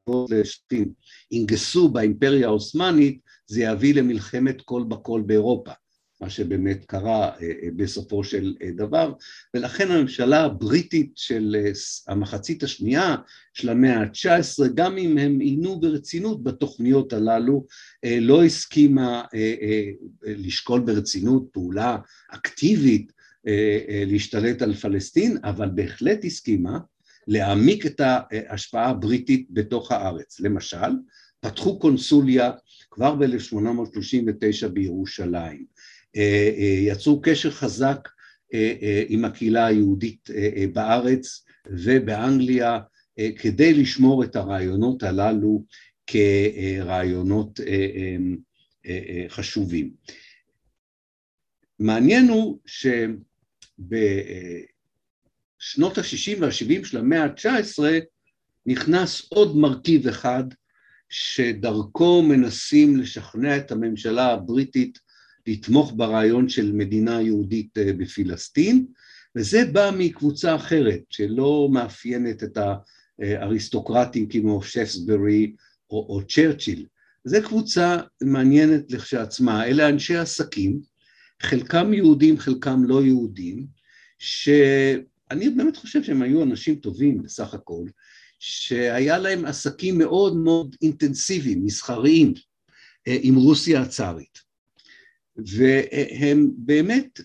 ינגסו באימפריה העות'מאנית, זה יביא למלחמת כל בכל באירופה, מה שבאמת קרה בסופו של דבר, ולכן הממשלה הבריטית של המחצית השנייה של המאה ה-תשע עשרה, גם אם הם עינו ברצינות בתוכניות הללו, לא הסכימה לשקול ברצינות פעולה אקטיבית להשתלט על פלסטין, אבל בהחלט הסכימה להעמיק את ההשפעה הבריטית בתוך הארץ. למשל, פתחו קונסוליה כבר ב-אלף שמונה מאות שלושים ותשע בירושלים, יצרו קשר חזק עם הקהילה היהודית בארץ ובאנגליה, כדי לשמור את הרעיונות הללו כרעיונות חשובים. מעניין הוא שבשנות ה-שישים וה-שבעים של המאה ה-תשע עשרה נכנס עוד מרכיב אחד, שדרכו מנסים לשכנע את הממשלה הבריטית לתמוך ברעיון של מדינה יהודית בפלסטין, וזה בא מקבוצה אחרת, שלא מאפיינת את האריסטוקרטים כמו שפסברי או, או צ'רצ'יל. זו קבוצה מעניינת לכשעצמה, אלה אנשי עסקים, חלקם יהודים, חלקם לא יהודים, שאני באמת חושב שהם היו אנשים טובים בסך הכל, שהיה להם עסקים מאוד מאוד אינטנסיביים, מסחריים, עם רוסיה הצארית. והם באמת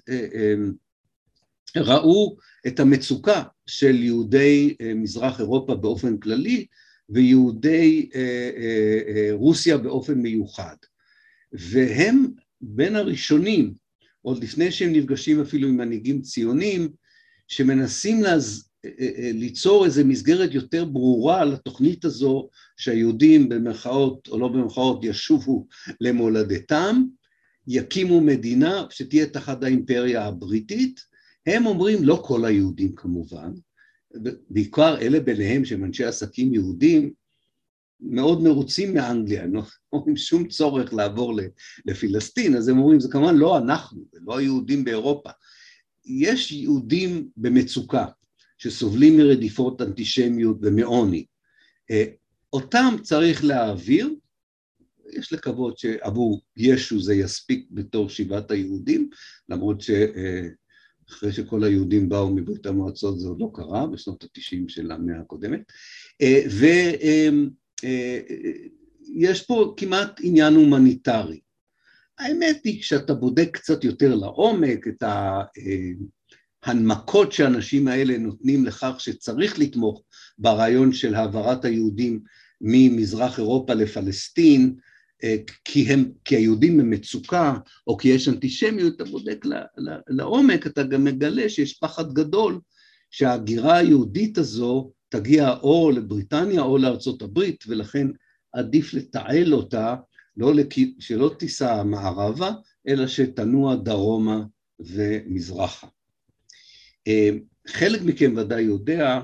ראו את המצוקה של יהודי מזרח אירופה באופן כללי, ויהודי רוסיה באופן מיוחד. והם בין הראשונים, עוד לפני שהם נפגשים אפילו עם מנהיגים ציונים, שמנסים להז... ליצור איזו מסגרת יותר ברורה לתוכנית הזו, שהיהודים במרכאות או לא במרכאות ישובו למולדתם, יקימו מדינה שתהיה תחת האימפריה הבריטית. הם אומרים, לא כל היהודים כמובן, בעיקר אלה ביניהם שהם אנשי עסקים יהודים, מאוד מרוצים מאנגליה, הם לא אומרים שום צורך לעבור לפלסטין, אז הם אומרים, זה כמובן לא אנחנו, זה לא היהודים באירופה. יש יהודים במצוקה, שסובלים מרדיפות אנטישמיות ומעוני. אותם צריך להעביר, יש לקוות שעבור ישו זה יספיק בתור שיבת היהודים, למרות שאחרי שכל היהודים באו מברית המועצות זה עוד לא קרה, בשנות ה-תשעים של המאה הקודמת, ויש פה כמעט עניין הומניטרי. האמת היא, כשאתה בודק קצת יותר לעומק את ה... הנמקות שהאנשים האלה נותנים לכך שצריך לתמוך ברעיון של העברת היהודים ממזרח אירופה לפלסטין, כי, הם, כי היהודים הם מצוקה, או כי יש אנטישמיות, אתה בודק לעומק, אתה גם מגלה שיש פחד גדול, שההגירה היהודית הזו תגיע או לבריטניה או לארצות הברית, ולכן עדיף לתעל אותה, לא, שלא תיסע מערבה, אלא שתנוע דרומה ומזרחה. חלק מכם ודאי יודע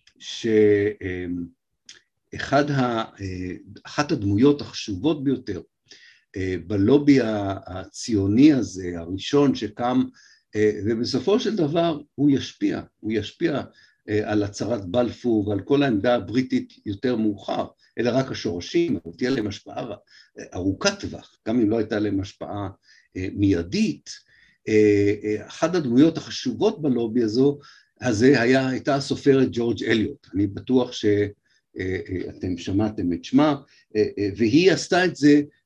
שאחת הדמויות החשובות ביותר בלובי הציוני הזה, הראשון שקם, ובסופו של דבר הוא ישפיע, הוא ישפיע על הצהרת בלפור ועל כל העמדה הבריטית יותר מאוחר, אלא רק השורשים, אבל תהיה להם השפעה ארוכת טווח, גם אם לא הייתה להם השפעה מיידית. אחת הדמויות החשובות בלובי הזו, הזה היה, הייתה הסופרת ג'ורג' אליוט, אני בטוח שאתם שמעתם את שמה, והיא עשתה את זה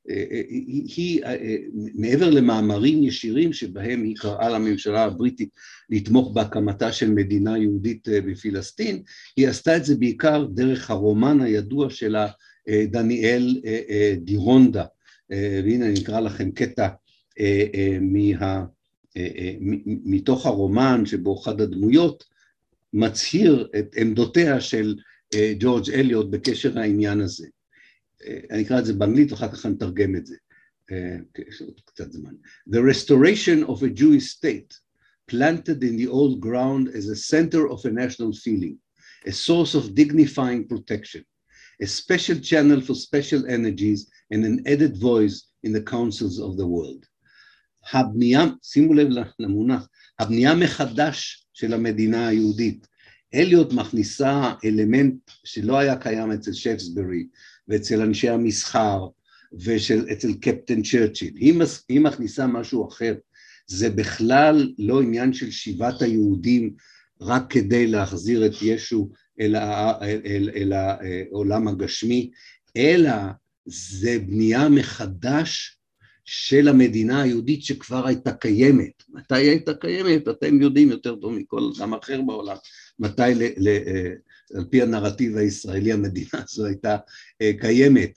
היא, היא מעבר למאמרים ישירים שבהם היא קראה לממשלה הבריטית לתמוך בהקמתה של מדינה יהודית בפלסטין, היא עשתה את זה בעיקר דרך הרומן הידוע שלה, דניאל דירונדה, והנה אני אקרא לכם קטע מה, מתוך הרומן שבו אחד הדמויות מצהיר את עמדותיה של ג'ורג' אליוט בקשר לעניין הזה. אני אקרא את זה באנגלית ואחר כך אני אתרגם את זה, יש עוד קצת זמן. The restoration of a Jewish state planted in the old ground as a center of a national feeling, a source of dignifying protection, a special channel for special energies and an added voice in the councils of the world. הבנייה, שימו לב למונח, הבנייה מחדש של המדינה היהודית, אליוט מכניסה אלמנט שלא היה קיים אצל שייקספירי ואצל אנשי המסחר ואצל קפטן צ'רצ'יל, היא, היא מכניסה משהו אחר, זה בכלל לא עניין של שיבת היהודים רק כדי להחזיר את ישו אל, אל, אל, אל העולם הגשמי, אלא זה בנייה מחדש של המדינה היהודית שכבר הייתה קיימת. מתי הייתה קיימת? אתם יודעים יותר טוב מכל אדם אחר בעולם, מתי ל, ל, על פי הנרטיב הישראלי המדינה הזו הייתה קיימת,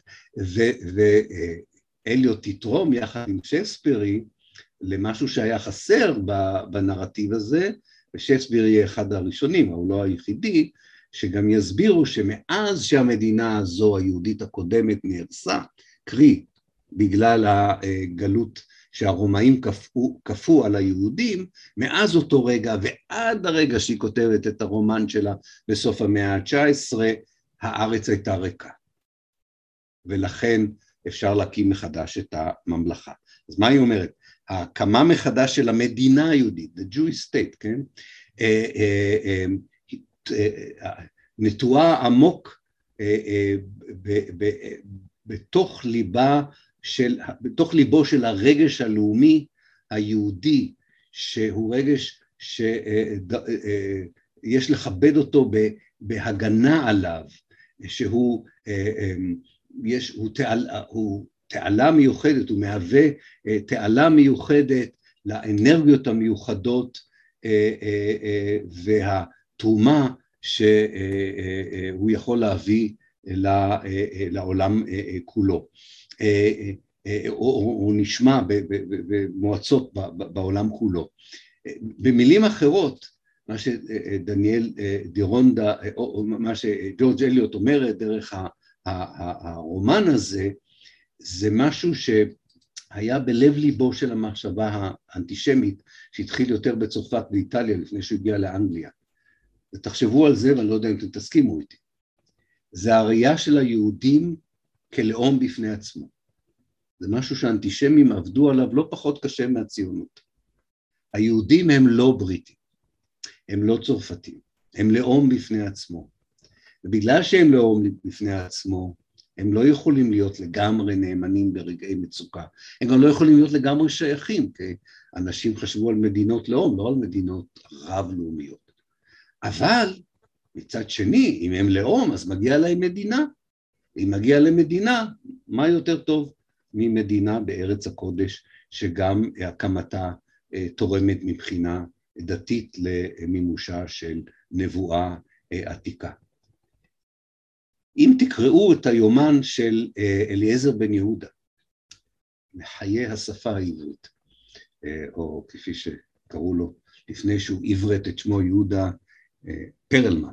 ואליוט תתרום יחד עם שייקספירי למשהו שהיה חסר בנרטיב הזה, ושייקספירי יהיה אחד הראשונים, אבל לא היחידי, שגם יסבירו שמאז שהמדינה הזו היהודית הקודמת נהרסה, קרי בגלל הגלות שהרומאים כפו, כפו על היהודים, מאז אותו רגע ועד הרגע שהיא כותבת את הרומן שלה בסוף המאה ה-תשע עשרה, הארץ הייתה ריקה. ולכן אפשר להקים מחדש את הממלכה. אז מה היא אומרת? ההקמה מחדש של המדינה היהודית, the Jewish state, כן? נטועה עמוק בתוך ליבה של, בתוך ליבו של הרגש הלאומי היהודי, שהוא רגש שיש לכבד אותו בהגנה עליו, שהוא יש, הוא תעלה, הוא תעלה מיוחדת, הוא מהווה תעלה מיוחדת לאנרגיות המיוחדות והתרומה שהוא יכול להביא לעולם כולו. הוא נשמע במועצות בעולם כולו. במילים אחרות, מה שדניאל דירונדה, או מה שג'ורג' אליוט אומרת דרך הרומן הזה, זה משהו שהיה בלב ליבו של המחשבה האנטישמית, שהתחיל יותר בצרפת ואיטליה לפני שהוא הגיע לאנגליה. ותחשבו על זה, ואני לא יודע אם אתם תסכימו איתי. זה הראייה של היהודים כלאום בפני עצמו. זה משהו שהאנטישמים עבדו עליו לא פחות קשה מהציונות. היהודים הם לא בריטים, הם לא צרפתים, הם לאום בפני עצמו. ובגלל שהם לאום בפני עצמו, הם לא יכולים להיות לגמרי נאמנים ברגעי מצוקה. הם גם לא יכולים להיות לגמרי שייכים, כי אנשים חשבו על מדינות לאום, לא על מדינות רב-לאומיות. אבל מצד שני, אם הם לאום, אז מגיע להם מדינה. אם מגיע למדינה, מה יותר טוב ממדינה בארץ הקודש, שגם הקמתה תורמת מבחינה דתית למימושה של נבואה עתיקה. אם תקראו את היומן של אליעזר בן יהודה, מחיי השפה העברית, או כפי שקראו לו לפני שהוא עברת את שמו יהודה פרלמן,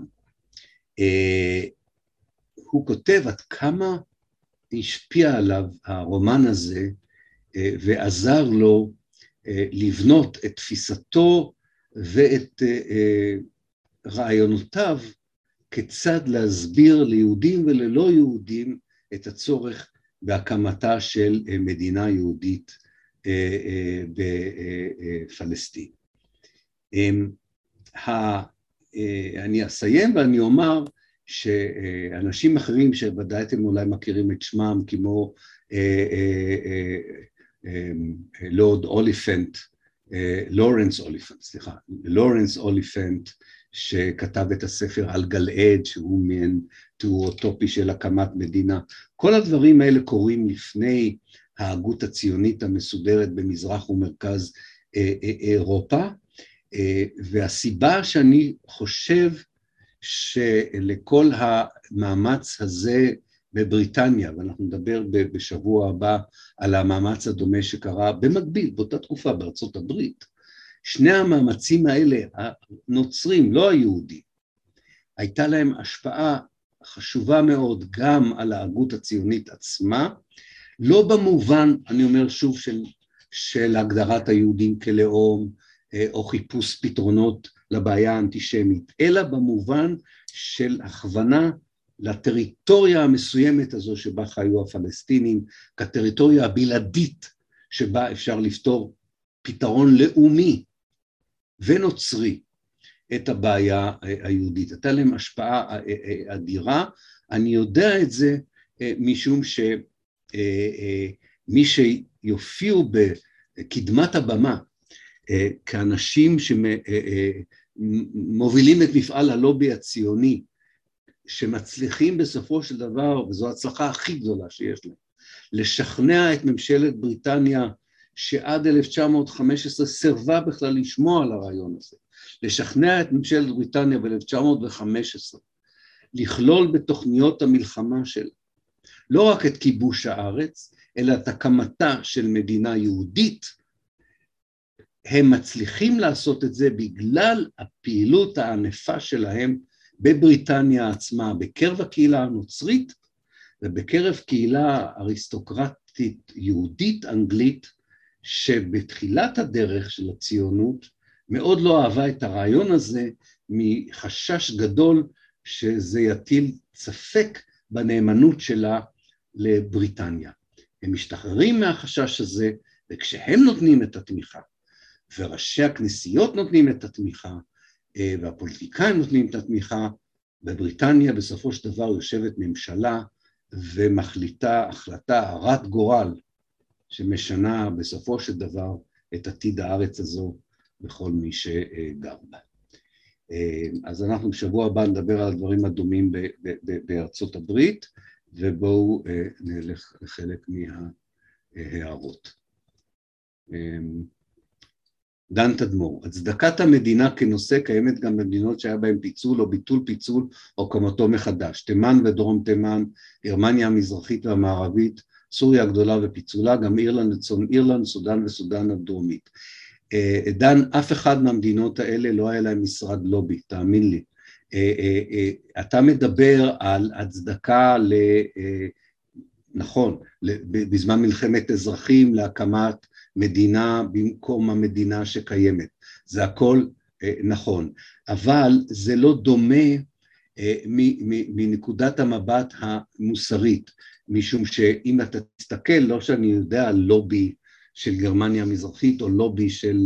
הוא כותב עד כמה השפיע עליו הרומן הזה ועזר לו לבנות את תפיסתו ואת רעיונותיו כיצד להסביר ליהודים וללא יהודים את הצורך בהקמתה של מדינה יהודית בפלסטין. אני אסיים ואני אומר שאנשים אחרים שוודאי אתם אולי מכירים את שמם, כמו לורד אוליפנט, לורנס אוליפנט, סליחה, לורנס אוליפנט, שכתב את הספר על גלעד, שהוא מעין תיאור אוטופי של הקמת מדינה. כל הדברים האלה קורים לפני ההגות הציונית המסודרת במזרח ומרכז אירופה, והסיבה שאני חושב שלכל המאמץ הזה בבריטניה, ואנחנו נדבר בשבוע הבא על המאמץ הדומה שקרה במקביל, באותה תקופה בארצות הברית, שני המאמצים האלה, הנוצרים, לא היהודים, הייתה להם השפעה חשובה מאוד גם על ההגות הציונית עצמה, לא במובן, אני אומר שוב, של, של הגדרת היהודים כלאום, או חיפוש פתרונות לבעיה האנטישמית, אלא במובן של הכוונה לטריטוריה המסוימת הזו שבה חיו הפלסטינים, כטריטוריה הבלעדית שבה אפשר לפתור פתרון לאומי ונוצרי את הבעיה היהודית. הייתה להם השפעה אדירה, אני יודע את זה משום שמי שיופיעו בקדמת הבמה כאנשים שמובילים את מפעל הלובי הציוני, שמצליחים בסופו של דבר, וזו ההצלחה הכי גדולה שיש להם, לשכנע את ממשלת בריטניה שעד אלף תשע מאות וחמש עשרה סרבה בכלל לשמוע על הרעיון הזה, לשכנע את ממשלת בריטניה ב-אלף תשע מאות וחמש עשרה, לכלול בתוכניות המלחמה שלה, לא רק את כיבוש הארץ, אלא את הקמתה של מדינה יהודית, הם מצליחים לעשות את זה בגלל הפעילות הענפה שלהם בבריטניה עצמה, בקרב הקהילה הנוצרית ובקרב קהילה אריסטוקרטית יהודית אנגלית, שבתחילת הדרך של הציונות מאוד לא אהבה את הרעיון הזה, מחשש גדול שזה יטיל ספק בנאמנות שלה לבריטניה. הם משתחררים מהחשש הזה, וכשהם נותנים את התמיכה, וראשי הכנסיות נותנים את התמיכה, והפוליטיקאים נותנים את התמיכה, בבריטניה בסופו של דבר יושבת ממשלה, ומחליטה החלטה הרת גורל, שמשנה בסופו של דבר את עתיד הארץ הזו, בכל מי שגר בה. אז אנחנו בשבוע הבא נדבר על הדברים הדומים בארצות הברית, ובואו נלך לחלק מההערות. דן תדמור, הצדקת המדינה כנושא קיימת גם במדינות שהיה בהם פיצול או ביטול פיצול או קמתו מחדש, תימן ודרום תימן, גרמניה המזרחית והמערבית, סוריה הגדולה ופיצולה, גם אירלנד וצפון אירלנד, סודן וסודן הדרומית. דן, אף אחד מהמדינות האלה לא היה להם משרד לובי, תאמין לי. אתה מדבר על הצדקה, ל, נכון, בזמן מלחמת אזרחים להקמת מדינה במקום המדינה שקיימת, זה הכל נכון, אבל זה לא דומה מנקודת המבט המוסרית, משום שאם אתה תסתכל, לא שאני יודע על לובי של גרמניה המזרחית או לובי של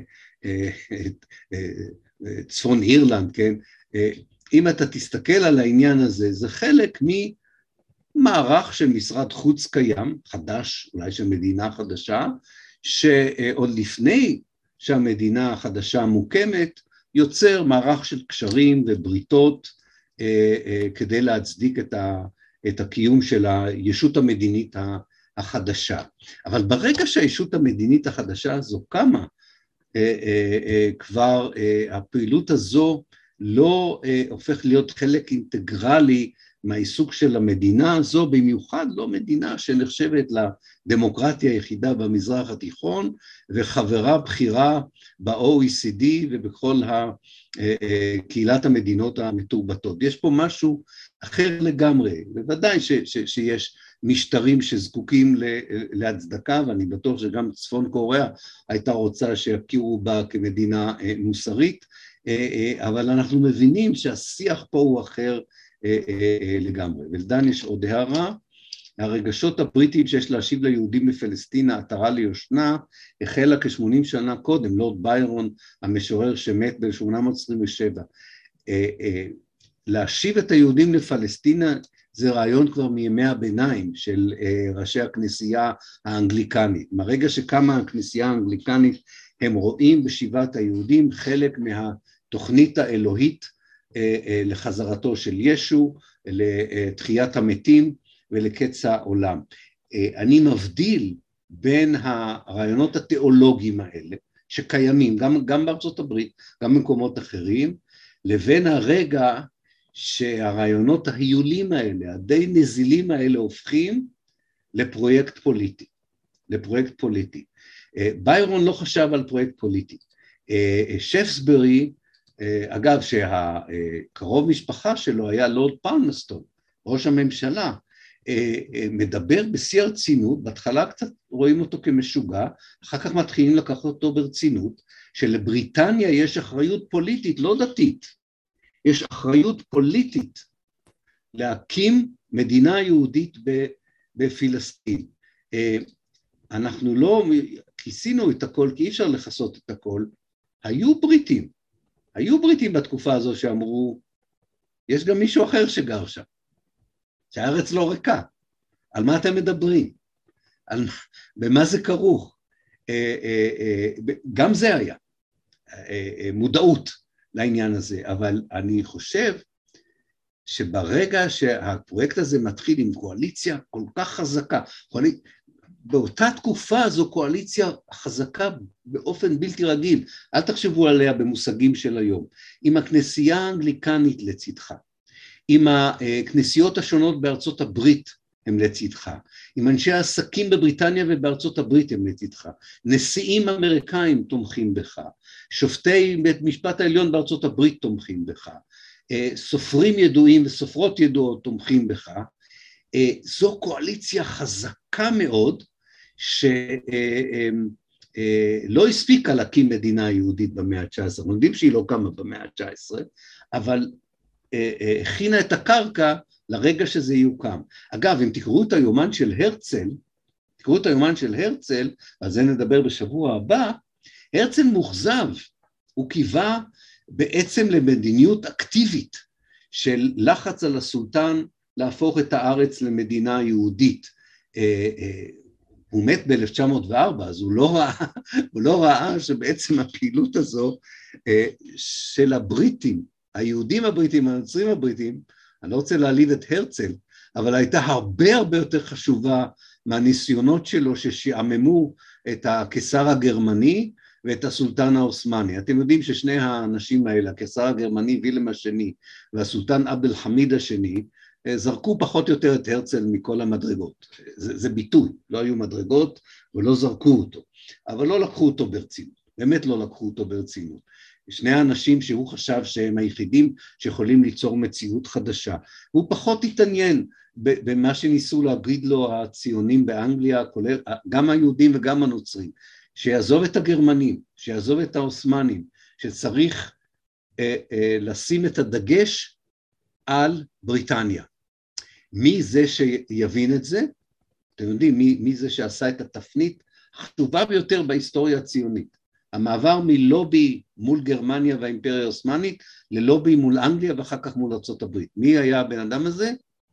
צפון אירלנד, כן? אם אתה תסתכל על העניין הזה, זה חלק ממערך של משרד חוץ קיים, חדש, אולי של מדינה חדשה, שעוד לפני שהמדינה החדשה מוקמת, יוצר מערך של קשרים ובריתות כדי להצדיק את, ה, את הקיום של הישות המדינית החדשה. אבל ברגע שהישות המדינית החדשה הזו קמה, כבר הפעילות הזו לא הופך להיות חלק אינטגרלי מהעיסוק של המדינה הזו, במיוחד לא מדינה שנחשבת לדמוקרטיה היחידה במזרח התיכון, וחברה בחירה ב-או אי סי די ובכל קהילת המדינות המתורבתות. יש פה משהו אחר לגמרי, בוודאי ש- ש- שיש משטרים שזקוקים להצדקה, ואני בטוח שגם צפון קוריאה הייתה רוצה שיכירו בה כמדינה מוסרית, אבל אנחנו מבינים שהשיח פה הוא אחר לגמרי. ולדן יש עוד הערה, הרגשות הבריטיים שיש להשיב ליהודים בפלסטינה, עטרה ליושנה, החלה כ-שמונים שנה קודם, לורד ביירון, המשורר שמת ב-שמונה מאות עשרים ושבע. להשיב את היהודים לפלסטינה, זה רעיון כבר מימי הביניים של ראשי הכנסייה האנגליקנית. מהרגע שקמה הכנסייה האנגליקנית, הם רואים בשיבת היהודים חלק מהתוכנית האלוהית לחזרתו של ישו, לתחיית המתים ולקץ העולם. אני מבדיל בין הרעיונות התיאולוגיים האלה, שקיימים גם, גם בארצות הברית, גם במקומות אחרים, לבין הרגע שהרעיונות ההיולים האלה, הדי נזילים האלה, הופכים לפרויקט פוליטי, לפרויקט פוליטי. ביירון לא חשב על פרויקט פוליטי. שפסברי, אגב, שהקרוב משפחה שלו היה לורד פלמסטון, ראש הממשלה, מדבר בשיא הרצינות, בהתחלה קצת רואים אותו כמשוגע, אחר כך מתחילים לקחת אותו ברצינות, שלבריטניה יש אחריות פוליטית, לא דתית, יש אחריות פוליטית להקים מדינה יהודית בפלסטין. אנחנו לא כיסינו את הכל, כי אי אפשר לחסות את הכל, היו בריטים, היו בריטים בתקופה הזו שאמרו, יש גם מישהו אחר שגר שם, שהארץ לא ריקה, על מה אתם מדברים? על, במה זה כרוך? גם זה היה, מודעות לעניין הזה, אבל אני חושב שברגע שהפרויקט הזה מתחיל עם קואליציה כל כך חזקה, באותה תקופה זו קואליציה חזקה באופן בלתי רגיל, אל תחשבו עליה במושגים של היום, עם הכנסייה האנגליקנית לצדך, עם הכנסיות השונות בארצות הברית הם לצדך, עם אנשי העסקים בבריטניה ובארצות הברית הם לצדך, נשיאים אמריקאים תומכים בך, שופטי בית משפט העליון בארצות הברית תומכים בך, סופרים ידועים וסופרות ידועות תומכים בך, זו קואליציה חזקה מאוד, שלא הספיקה להקים מדינה יהודית במאה ה-תשע עשרה, אנחנו יודעים שהיא לא קמה במאה ה-תשע עשרה, אבל הכינה את הקרקע לרגע שזה יוקם. אגב, אם תקראו את היומן של הרצל, תקראו את היומן של הרצל, על זה נדבר בשבוע הבא, הרצל מוחזב, הוא קיווה בעצם למדיניות אקטיבית של לחץ על הסולטן להפוך את הארץ למדינה יהודית. הוא מת ב-אלף תשע מאות וארבע, אז הוא לא ראה, הוא לא ראה שבעצם הפעילות הזו של הבריטים, היהודים הבריטים, הנוצרים הבריטים, אני לא רוצה להעליב את הרצל, אבל הייתה הרבה הרבה יותר חשובה מהניסיונות שלו ששעממו את הקיסר הגרמני ואת הסולטן האוסמני. אתם יודעים ששני האנשים האלה, הקיסר הגרמני וילם השני והסולטן עבד אל-חמיד השני, זרקו פחות או יותר את הרצל מכל המדרגות. זה, זה ביטוי, לא היו מדרגות ולא זרקו אותו, אבל לא לקחו אותו ברצינות, באמת לא לקחו אותו ברצינות. שני האנשים שהוא חשב שהם היחידים שיכולים ליצור מציאות חדשה, הוא פחות התעניין במה שניסו להגיד לו הציונים באנגליה, כולל גם היהודים וגם הנוצרים, שיעזוב את הגרמנים, שיעזוב את האוסמנים, שצריך אה, אה, לשים את הדגש על בריטניה. מי זה שיבין את זה? אתם יודעים, מי, מי זה שעשה את התפנית החשובה ביותר בהיסטוריה הציונית? המעבר מלובי מול גרמניה והאימפריה האוסמנית, ללובי מול אנגליה ואחר כך מול ארצות הברית. מי היה הבן אדם הזה?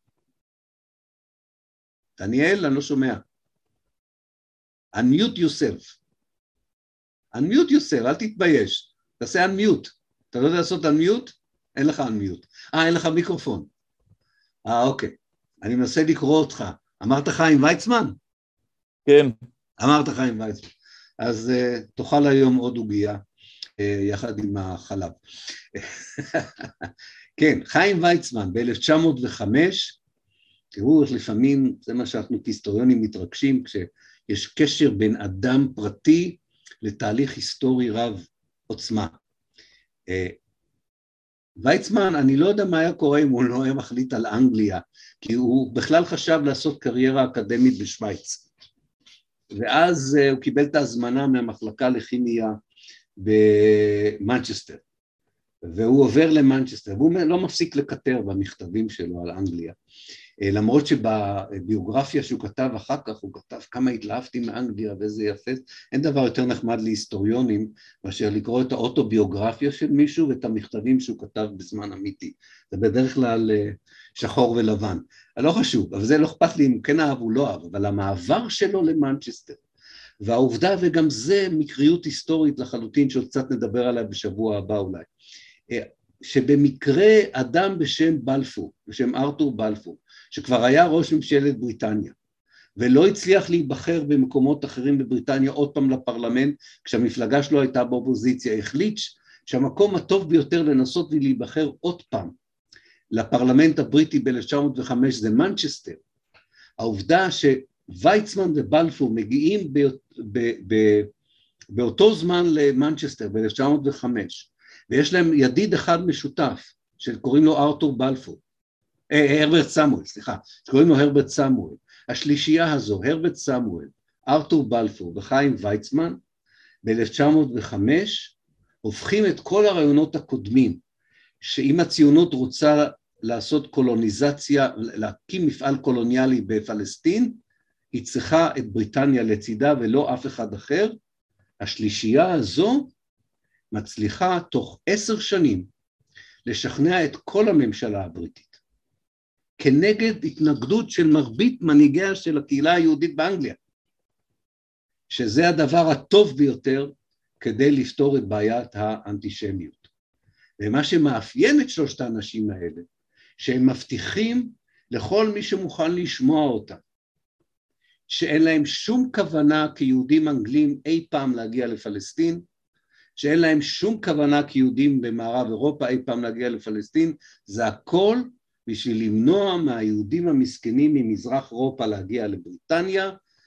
דניאל, אני לא שומע. Unmute yourself. Unmute yourself, אל תתבייש. תעשה unmute. אתה לא יודע לעשות unmute? אין לך unmute. אה, אין לך מיקרופון. אה, אוקיי. אני מנסה לקרוא אותך. אמרת חיים ויצמן? כן. אמרת חיים ויצמן. אז uh, תאכל היום עוד עוגיה, uh, יחד עם החלב. כן, חיים ויצמן ב-אלף תשע מאות וחמש, תראו איך לפעמים, זה מה שאנחנו כהיסטוריונים מתרגשים, כשיש קשר בין אדם פרטי לתהליך היסטורי רב עוצמה. Uh, ויצמן, אני לא יודע מה היה קורה אם הוא לא היה מחליט על אנגליה, כי הוא בכלל חשב לעשות קריירה אקדמית בשוויץ. ואז הוא קיבל את ההזמנה מהמחלקה לכימיה במנצ'סטר, והוא עובר למנצ'סטר, והוא לא מפסיק לקטר במכתבים שלו על אנגליה, למרות שבביוגרפיה שהוא כתב אחר כך, הוא כתב כמה התלהבתי מאנגליה ואיזה יפה, אין דבר יותר נחמד להיסטוריונים, מאשר לקרוא את האוטוביוגרפיה של מישהו ואת המכתבים שהוא כתב בזמן אמיתי, זה בדרך כלל שחור ולבן, לא חשוב, אבל זה לא אכפת לי אם כן אהב או לא אהב, אבל המעבר שלו למנצ'סטר, והעובדה וגם זה מקריות היסטורית לחלוטין, שעוד קצת נדבר עליה בשבוע הבא אולי, שבמקרה אדם בשם בלפור, בשם ארתור בלפור, שכבר היה ראש ממשלת בריטניה, ולא הצליח להיבחר במקומות אחרים בבריטניה עוד פעם לפרלמנט, כשהמפלגה שלו הייתה באופוזיציה, החליט שהמקום הטוב ביותר לנסות ולהיבחר עוד פעם לפרלמנט הבריטי ב-אלף תשע מאות וחמש זה מנצ'סטר. העובדה שוויצמן ובלפור מגיעים ב, ב, ב, באותו זמן למנצ'סטר ב-אלף תשע מאות וחמש, ויש להם ידיד אחד משותף, שקוראים לו ארתור בלפור, אה, הרברט סמואל, סליחה, שקוראים לו הרברט סמואל. השלישייה הזו, הרברט סמואל, ארתור בלפור וחיים ויצמן, ב-אלף תשע מאות וחמש, הופכים את כל הרעיונות הקודמים, שאם הציונות רוצה לעשות קולוניזציה, להקים מפעל קולוניאלי בפלסטין, היא צריכה את בריטניה לצידה ולא אף אחד אחר. השלישייה הזו מצליחה תוך עשר שנים לשכנע את כל הממשלה הבריטית, כנגד התנגדות של מרבית מנהיגיה של הקהילה היהודית באנגליה, שזה הדבר הטוב ביותר כדי לפתור את בעיית האנטישמיות. ומה שמאפיין את שלושת האנשים האלה, שהם מבטיחים לכל מי שמוכן לשמוע אותם, שאין להם שום כוונה כיהודים אנגלים אי פעם להגיע לפלסטין, שאין להם שום כוונה כיהודים במערב אירופה אי פעם להגיע לפלסטין, זה הכל בשביל למנוע מהיהודים המסכנים ממזרח אירופה להגיע לבריטניה,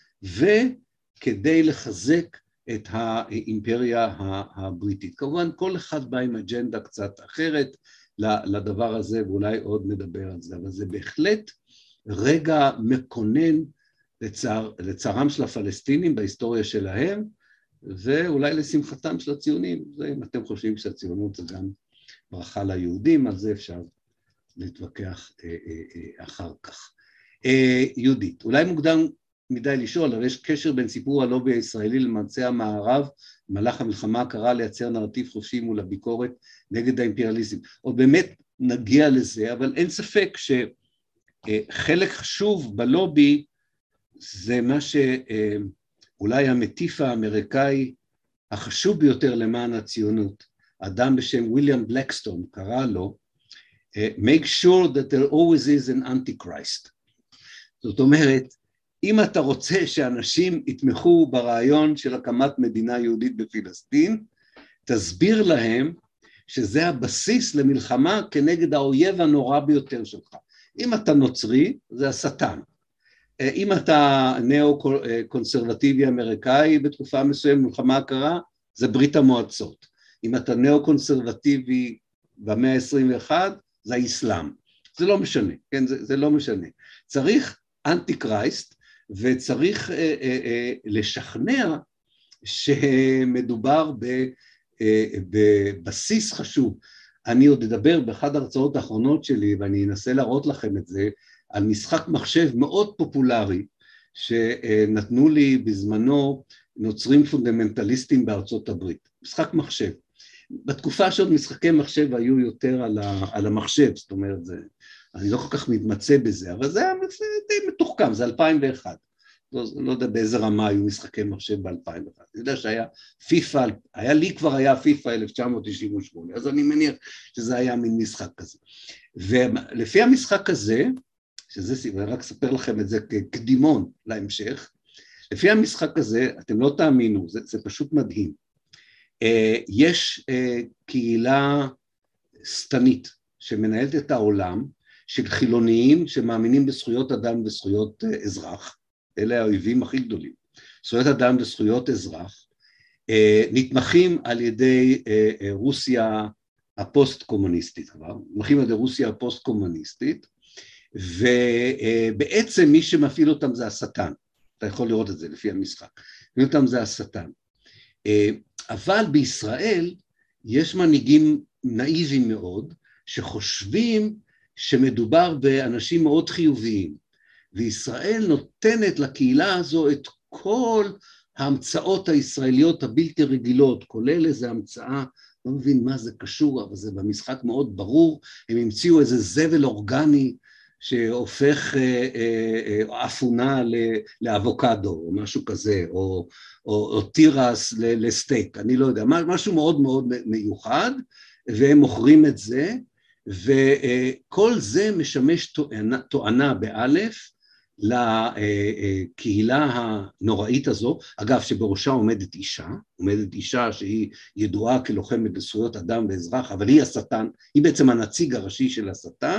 וכדי לחזק את האימפריה הבריטית. כמובן כל אחד בא עם אג'נדה קצת אחרת לדבר הזה, ואולי עוד נדבר על זה, אבל זה בהחלט רגע מקונן לצער, לצערם של הפלסטינים בהיסטוריה שלהם, ואולי לשמחתם של הציונים. זה, אם אתם חושבים שהציונות זה גם ברכה ליהודים, על זה אפשר להתווכח אה, אה, אה, אחר כך. אה, יהודית, אולי מוקדם מדי לשאול, אבל יש קשר בין סיפור הלובי הישראלי למאמצי המערב, במהלך המלחמה הקרה לייצר נרטיב חופשי מול הביקורת נגד האימפריאליזם. עוד באמת נגיע לזה, אבל אין ספק שחלק חשוב בלובי, זה מה שאולי המטיף האמריקאי החשוב ביותר למען הציונות, אדם בשם ויליאם בלקסטון קרא לו, make sure that there always is an antichrist. זאת אומרת, אם אתה רוצה שאנשים יתמכו ברעיון של הקמת מדינה יהודית בפלסטין, תסביר להם שזה הבסיס למלחמה כנגד האויב הנורא ביותר שלך. אם אתה נוצרי, זה השטן. אם אתה נאו-קונסרבטיבי אמריקאי בתקופה מסוימת, מלחמה הקרה, זה ברית המועצות. אם אתה נאו-קונסרבטיבי במאה ה-עשרים ואחת, זה האסלאם. זה לא משנה, כן? זה, זה לא משנה. צריך אנטי-קרייסט, וצריך אה, אה, אה, לשכנע שמדובר ב, אה, בבסיס חשוב. אני עוד אדבר באחד ההרצאות האחרונות שלי, ואני אנסה להראות לכם את זה, על משחק מחשב מאוד פופולרי, שנתנו לי בזמנו נוצרים פונדמנטליסטים בארצות הברית. משחק מחשב. בתקופה שעוד משחקי מחשב היו יותר על, ה, על המחשב, זאת אומרת, זה, אני לא כל כך מתמצא בזה, אבל זה היה די מתוחכם, זה אלפיים ואחת. לא, לא יודע באיזה רמה היו משחקי מחשב ב-אלפיים ואחת. אני יודע שהיה פיפה, היה לי כבר היה פיפה אלף תשע מאות תשעים ושמונה, אז אני מניח שזה היה מין משחק כזה. ולפי המשחק הזה, שזה, אני רק אספר לכם את זה כקדימון להמשך, לפי המשחק הזה, אתם לא תאמינו, זה, זה פשוט מדהים. יש קהילה סתנית שמנהלת את העולם, של חילוניים שמאמינים בזכויות אדם וזכויות אזרח, אלה האויבים הכי גדולים, זכויות אדם וזכויות אזרח, נתמכים על ידי רוסיה הפוסט-קומוניסטית, נתמכים על ידי רוסיה הפוסט-קומוניסטית, ובעצם מי שמפעיל אותם זה השטן, אתה יכול לראות את זה לפי המשחק, מפעיל אותם זה השטן, אבל בישראל יש מנהיגים נאיביים מאוד, שחושבים שמדובר באנשים מאוד חיוביים, וישראל נותנת לקהילה הזו את כל ההמצאות הישראליות הבלתי רגילות, כולל איזו המצאה, לא מבין מה זה קשור, אבל זה במשחק מאוד ברור, הם המציאו איזה זבל אורגני, שהופך אפונה לאבוקדו, או משהו כזה, או, או, או טירס לסטייק, אני לא יודע, משהו מאוד מאוד מיוחד, והם מוכרים את זה, וכל זה משמש תואנה, תואנה באלף, לקהילה הנוראית הזו, אגב שבראשה עומדת אישה, עומדת אישה שהיא ידועה כלוחמת לזכויות אדם ואזרח, אבל היא השטן, היא בעצם הנציג הראשי של השטן,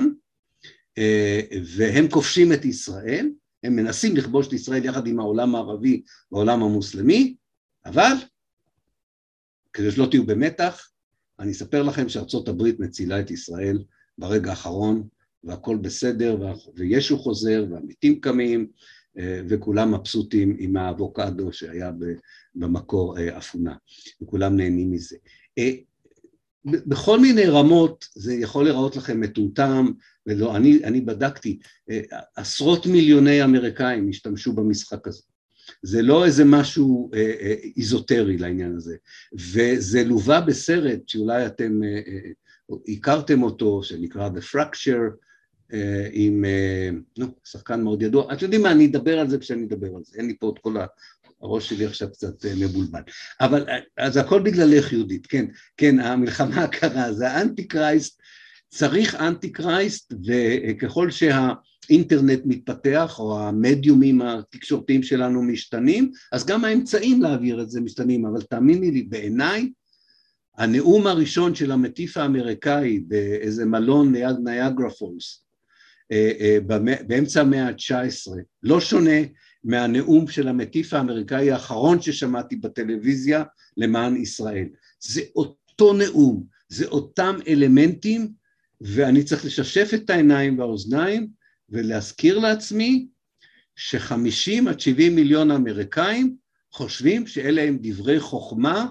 והם כובשים את ישראל, הם מנסים לכבוש את ישראל יחד עם העולם הערבי והעולם המוסלמי, אבל כדי שלא תהיו במתח, אני אספר לכם שארצות הברית מצילה את ישראל ברגע האחרון, והכל בסדר, וישו חוזר, והמתים קמים, וכולם מבסוטים עם האבוקדו שהיה במקור אפונה, וכולם נהנים מזה. בכל מיני רמות זה יכול להיראות לכם מטומטם, ולא, אני, אני בדקתי, עשרות מיליוני אמריקאים השתמשו במשחק הזה. זה לא איזה משהו איזוטרי לעניין הזה, וזה לווה בסרט שאולי אתם הכרתם אותו, שנקרא The Fracture, עם, נו, שחקן מאוד ידוע, אתם יודעים מה, אני אדבר על זה כשאני אדבר על זה, אין לי פה את כל הראש שלי עכשיו קצת מבולבל, אבל אז הכל בגללך יהודית, כן, כן, המלחמה הקרה, זה האנטי-קרייסט, צריך אנטי-קרייסט, וככל שהאינטרנט מתפתח, או המדיומים התקשורתיים שלנו משתנים, אז גם האמצעים להעביר את זה משתנים, אבל תאמיני לי, בעיניי, הנאום הראשון של המטיף האמריקאי, באיזה מלון ליד ניאגרה פולס, באמצע המאה ה-תשע עשרה, לא שונה מהנאום של המטיף האמריקאי האחרון ששמעתי בטלוויזיה למען ישראל. זה אותו נאום, זה אותם אלמנטים, ואני צריך לשפשף את העיניים והאוזניים, ולהזכיר לעצמי ש-חמישים עד שבעים מיליון אמריקאים חושבים שאלה הם דברי חוכמה,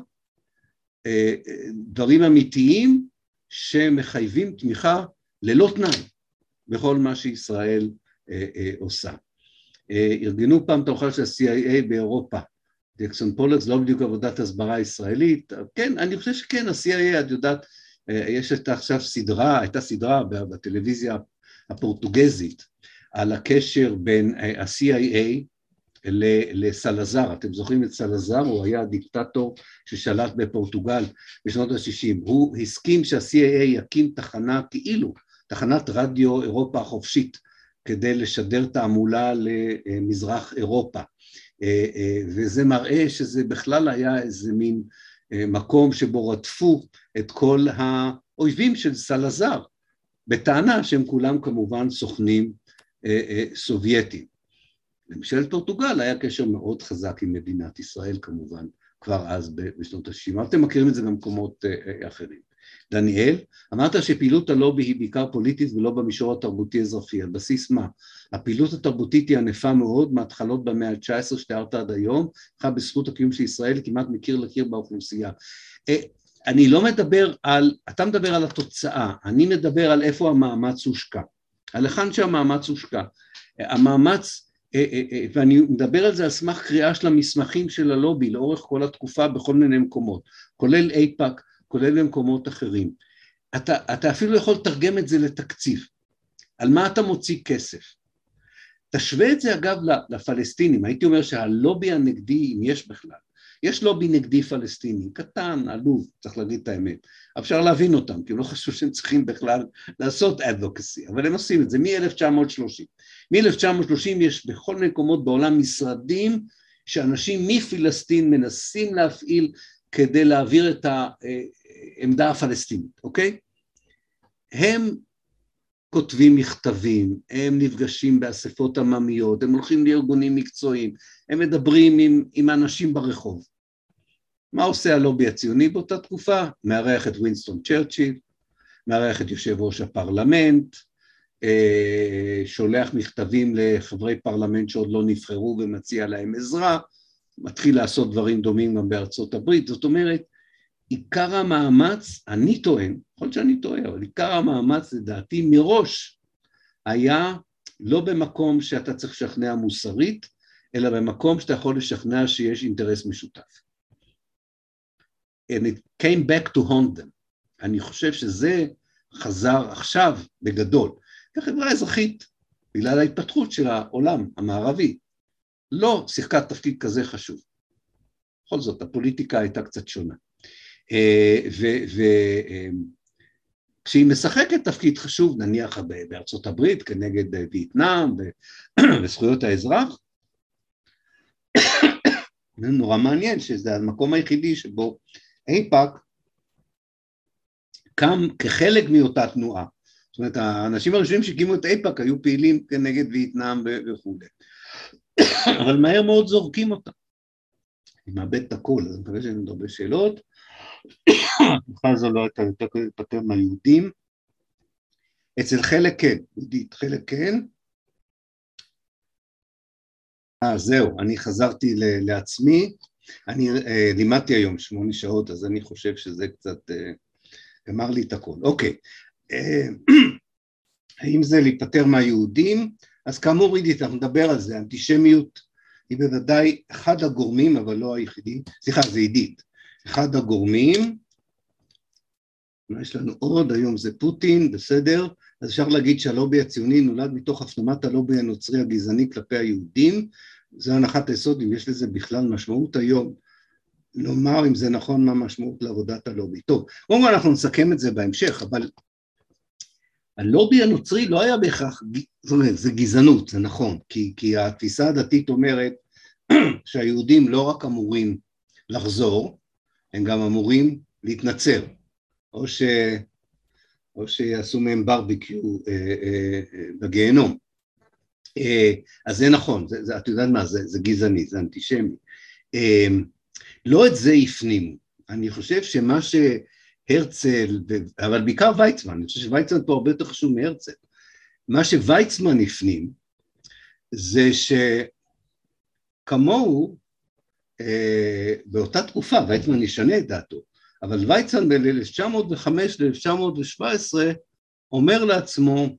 דברים אמיתיים שמחייבים תמיכה ללא תנאי בכל מה שישראל עושה. ארגנו פעם תערוכה של ה-סי איי איי באירופה, דיקסון פולקס, לא בדיוק עבודת הסברה ישראלית, כן, אני חושב שכן, ה-סי איי איי, את יודעת, יש את עכשיו סדרה, הייתה סדרה בטלוויזיה הפורטוגזית, על הקשר בין ה-סי איי איי לסלזר. אתם זוכרים את סלזר? הוא היה דיקטטור ששלט בפורטוגל בשנות ה-שישים, הוא הסכים שה-סי איי איי יקים תחנה כאילו, תחנת רדיו אירופה החופשית, כדי לשדר תעמולה למזרח אירופה, וזה מראה שזה בכלל היה איזה מין מקום שבו רדפו את כל האויבים של סלזר, בטענה שהם כולם כמובן סוכנים סובייטים. למשל פורטוגל היה קשר מאוד חזק עם מדינת ישראל כמובן, כבר אז בשנות ה-שישים, אתם מכירים את זה במקומות אחרים. דניאל, אמרת שפעילות הלובי היא בעיקר פוליטית ולא במישור התרבותי אזרחי, על בסיס מה? הפעילות התרבותית היא ענפה מאוד, מההתחלות במאה ה-תשע עשרה שתיארת עד היום, אחת בזכות הקיום של ישראל כמעט מקיר לקיר באוכלוסייה. אני לא מדבר על, אתה מדבר על התוצאה, אני מדבר על איפה המאמץ הושקע, על היכן שהמאמץ הושקע. המאמץ, ואני מדבר על זה על סמך קריאה של המסמכים של הלובי לאורך כל התקופה בכל מיני מקומות, כולל אייפאק, כולל במקומות אחרים. אתה, אתה אפילו יכול לתרגם את זה לתקציב. על מה אתה מוציא כסף? תשווה את זה אגב לפלסטינים, הייתי אומר שהלובי הנגדי, אם יש בכלל, יש לובי נגדי פלסטיני, קטן, עלוב, צריך להגיד את האמת, אפשר להבין אותם, כי הם לא חשוב שהם צריכים בכלל לעשות advocacy, אבל הם עושים את זה מ-אלף תשע מאות שלושים. מ-אלף תשע מאות שלושים יש בכל מיני מקומות בעולם משרדים, שאנשים מפלסטין מנסים להפעיל, כדי להעביר את העמדה הפלסטינית, אוקיי? הם כותבים מכתבים, הם נפגשים באספות עממיות, הם הולכים לארגונים מקצועיים, הם מדברים עם, עם אנשים ברחוב. מה עושה הלובי הציוני באותה תקופה? מארח את ווינסטון צ'רצ'יל, מארח את יושב ראש הפרלמנט, שולח מכתבים לחברי פרלמנט שעוד לא נבחרו ומציע להם עזרה, מתחיל לעשות דברים דומים גם בארצות הברית. זאת אומרת, עיקר המאמץ, אני טוען, יכול להיות שאני טועה, אבל עיקר המאמץ לדעתי מראש היה לא במקום שאתה צריך לשכנע מוסרית, אלא במקום שאתה יכול לשכנע שיש אינטרס משותף. And it came back to haunt them. אני חושב שזה חזר עכשיו בגדול. כחברה אזרחית, בגלל ההתפתחות של העולם המערבי, לא שיחקה תפקיד כזה חשוב. בכל זאת, הפוליטיקה הייתה קצת שונה. כשהיא משחקת תפקיד חשוב, נניח בארצות הברית, כנגד וייטנאם וזכויות האזרח, זה נורא מעניין שזה המקום היחידי שבו אייפאק קם כחלק מאותה תנועה. זאת אומרת, האנשים הראשונים שהקימו את אייפאק היו פעילים כנגד וייטנאם וכו'. אבל מהר מאוד זורקים אותה. אני מאבד את הכל, אז אני מקווה שאני עוד הרבה שאלות. בכלל זו לא הייתה יותר פטר מהיהודים. אצל חלק כן, יהודית, חלק כן. אה, זהו, אני חזרתי לעצמי. אני אה, לימדתי היום שמונה שעות, אז אני חושב שזה קצת אה, אמר לי את הכל. אוקיי. אה, האם זה להיפטר מהיהודים? אז כאמור, עידית, אנחנו נדבר על זה. אנטישמיות היא בוודאי אחד הגורמים, אבל לא היחידי. סליחה, זה עידית. אחד הגורמים, מה יש לנו עוד? היום זה פוטין, בסדר? אז אפשר להגיד שהלובי הציוני נולד מתוך הפנמת הלובי הנוצרי הגזעני כלפי היהודים. זה הנחת היסוד, אם יש לזה בכלל משמעות היום, לומר אם זה נכון מה משמעות לעבודת הלובי. טוב, קודם כל אנחנו נסכם את זה בהמשך, אבל הלובי הנוצרי לא היה בהכרח, זאת אומרת, זה גזענות, זה נכון, כי, כי התפיסה הדתית אומרת שהיהודים לא רק אמורים לחזור, הם גם אמורים להתנצר, או, ש, או שיעשו מהם ברביקיו אה, אה, אה, בגיהנום. אה, אז זה נכון, זה, זה, את יודעת מה, זה, זה גזעני, זה אנטישמי. אה, לא את זה הפנימו, אני חושב שמה ש... הרצל, אבל בעיקר ויצמן, אני חושב שוויצמן פה הרבה יותר חשוב מהרצל. מה שוויצמן הפנים, זה שכמוהו, אה, באותה תקופה, ויצמן ישנה את דעתו, אבל ויצמן ב-אלף תשע מאות וחמש עד אלף תשע מאות שבע עשרה, אומר לעצמו,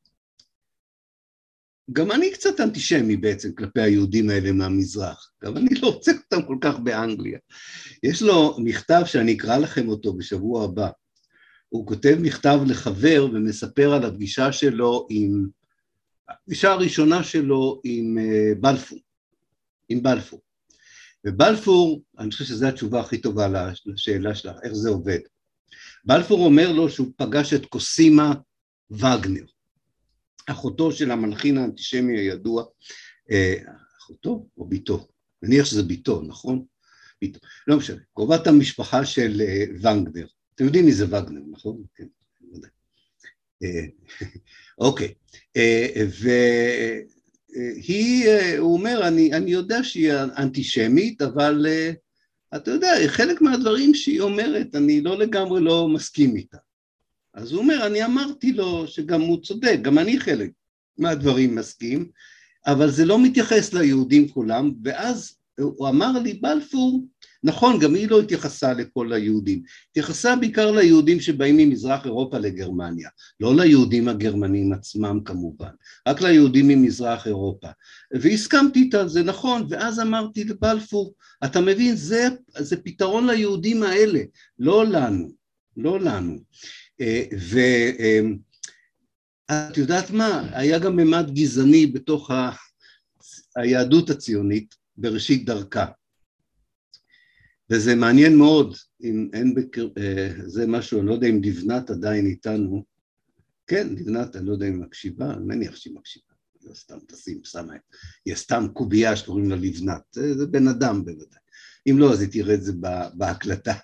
גם אני קצת אנטישמי בעצם כלפי היהודים האלה מהמזרח, גם אני לא רוצה אותם כל כך באנגליה. יש לו מכתב שאני אקרא לכם אותו בשבוע הבא, הוא כותב מכתב לחבר ומספר על הפגישה שלו עם, הפגישה הראשונה שלו עם בלפור, עם בלפור. ובלפור, אני חושב שזו התשובה הכי טובה לשאלה שלך, איך זה עובד. בלפור אומר לו שהוא פגש את קוסימה וגנר, אחותו של המלחין האנטישמי הידוע, אחותו או ביתו? נניח שזה ביתו, נכון? ביתו. לא משנה, קרובת המשפחה של וגנר. אתם יודעים מי זה וגנר, נכון? כן, אני יודע. אוקיי, והיא, הוא אומר, אני, אני יודע שהיא אנטישמית, אבל אתה יודע, חלק מהדברים שהיא אומרת, אני לא לגמרי לא מסכים איתה. אז הוא אומר, אני אמרתי לו שגם הוא צודק, גם אני חלק מהדברים מסכים, אבל זה לא מתייחס ליהודים כולם, ואז הוא אמר לי, בלפור, נכון, גם היא לא התייחסה לכל היהודים, התייחסה בעיקר ליהודים שבאים ממזרח אירופה לגרמניה, לא ליהודים הגרמנים עצמם כמובן, רק ליהודים ממזרח אירופה, והסכמתי איתה, זה נכון, ואז אמרתי לבלפור, אתה מבין, זה, זה פתרון ליהודים האלה, לא לנו, לא לנו. ואת יודעת מה, היה גם ממד גזעני בתוך היהדות הציונית בראשית דרכה, וזה מעניין מאוד, אם אין בקר... זה משהו, אני לא יודע אם לבנת עדיין איתנו, כן, לבנת, אני לא יודע אם מקשיבה, אני מניח שהיא מקשיבה, לא סתם תשים, שמה, היא סתם קובייה שקוראים לה לבנת, זה, זה בן אדם בוודאי, אם לא אז היא תראה את זה בהקלטה.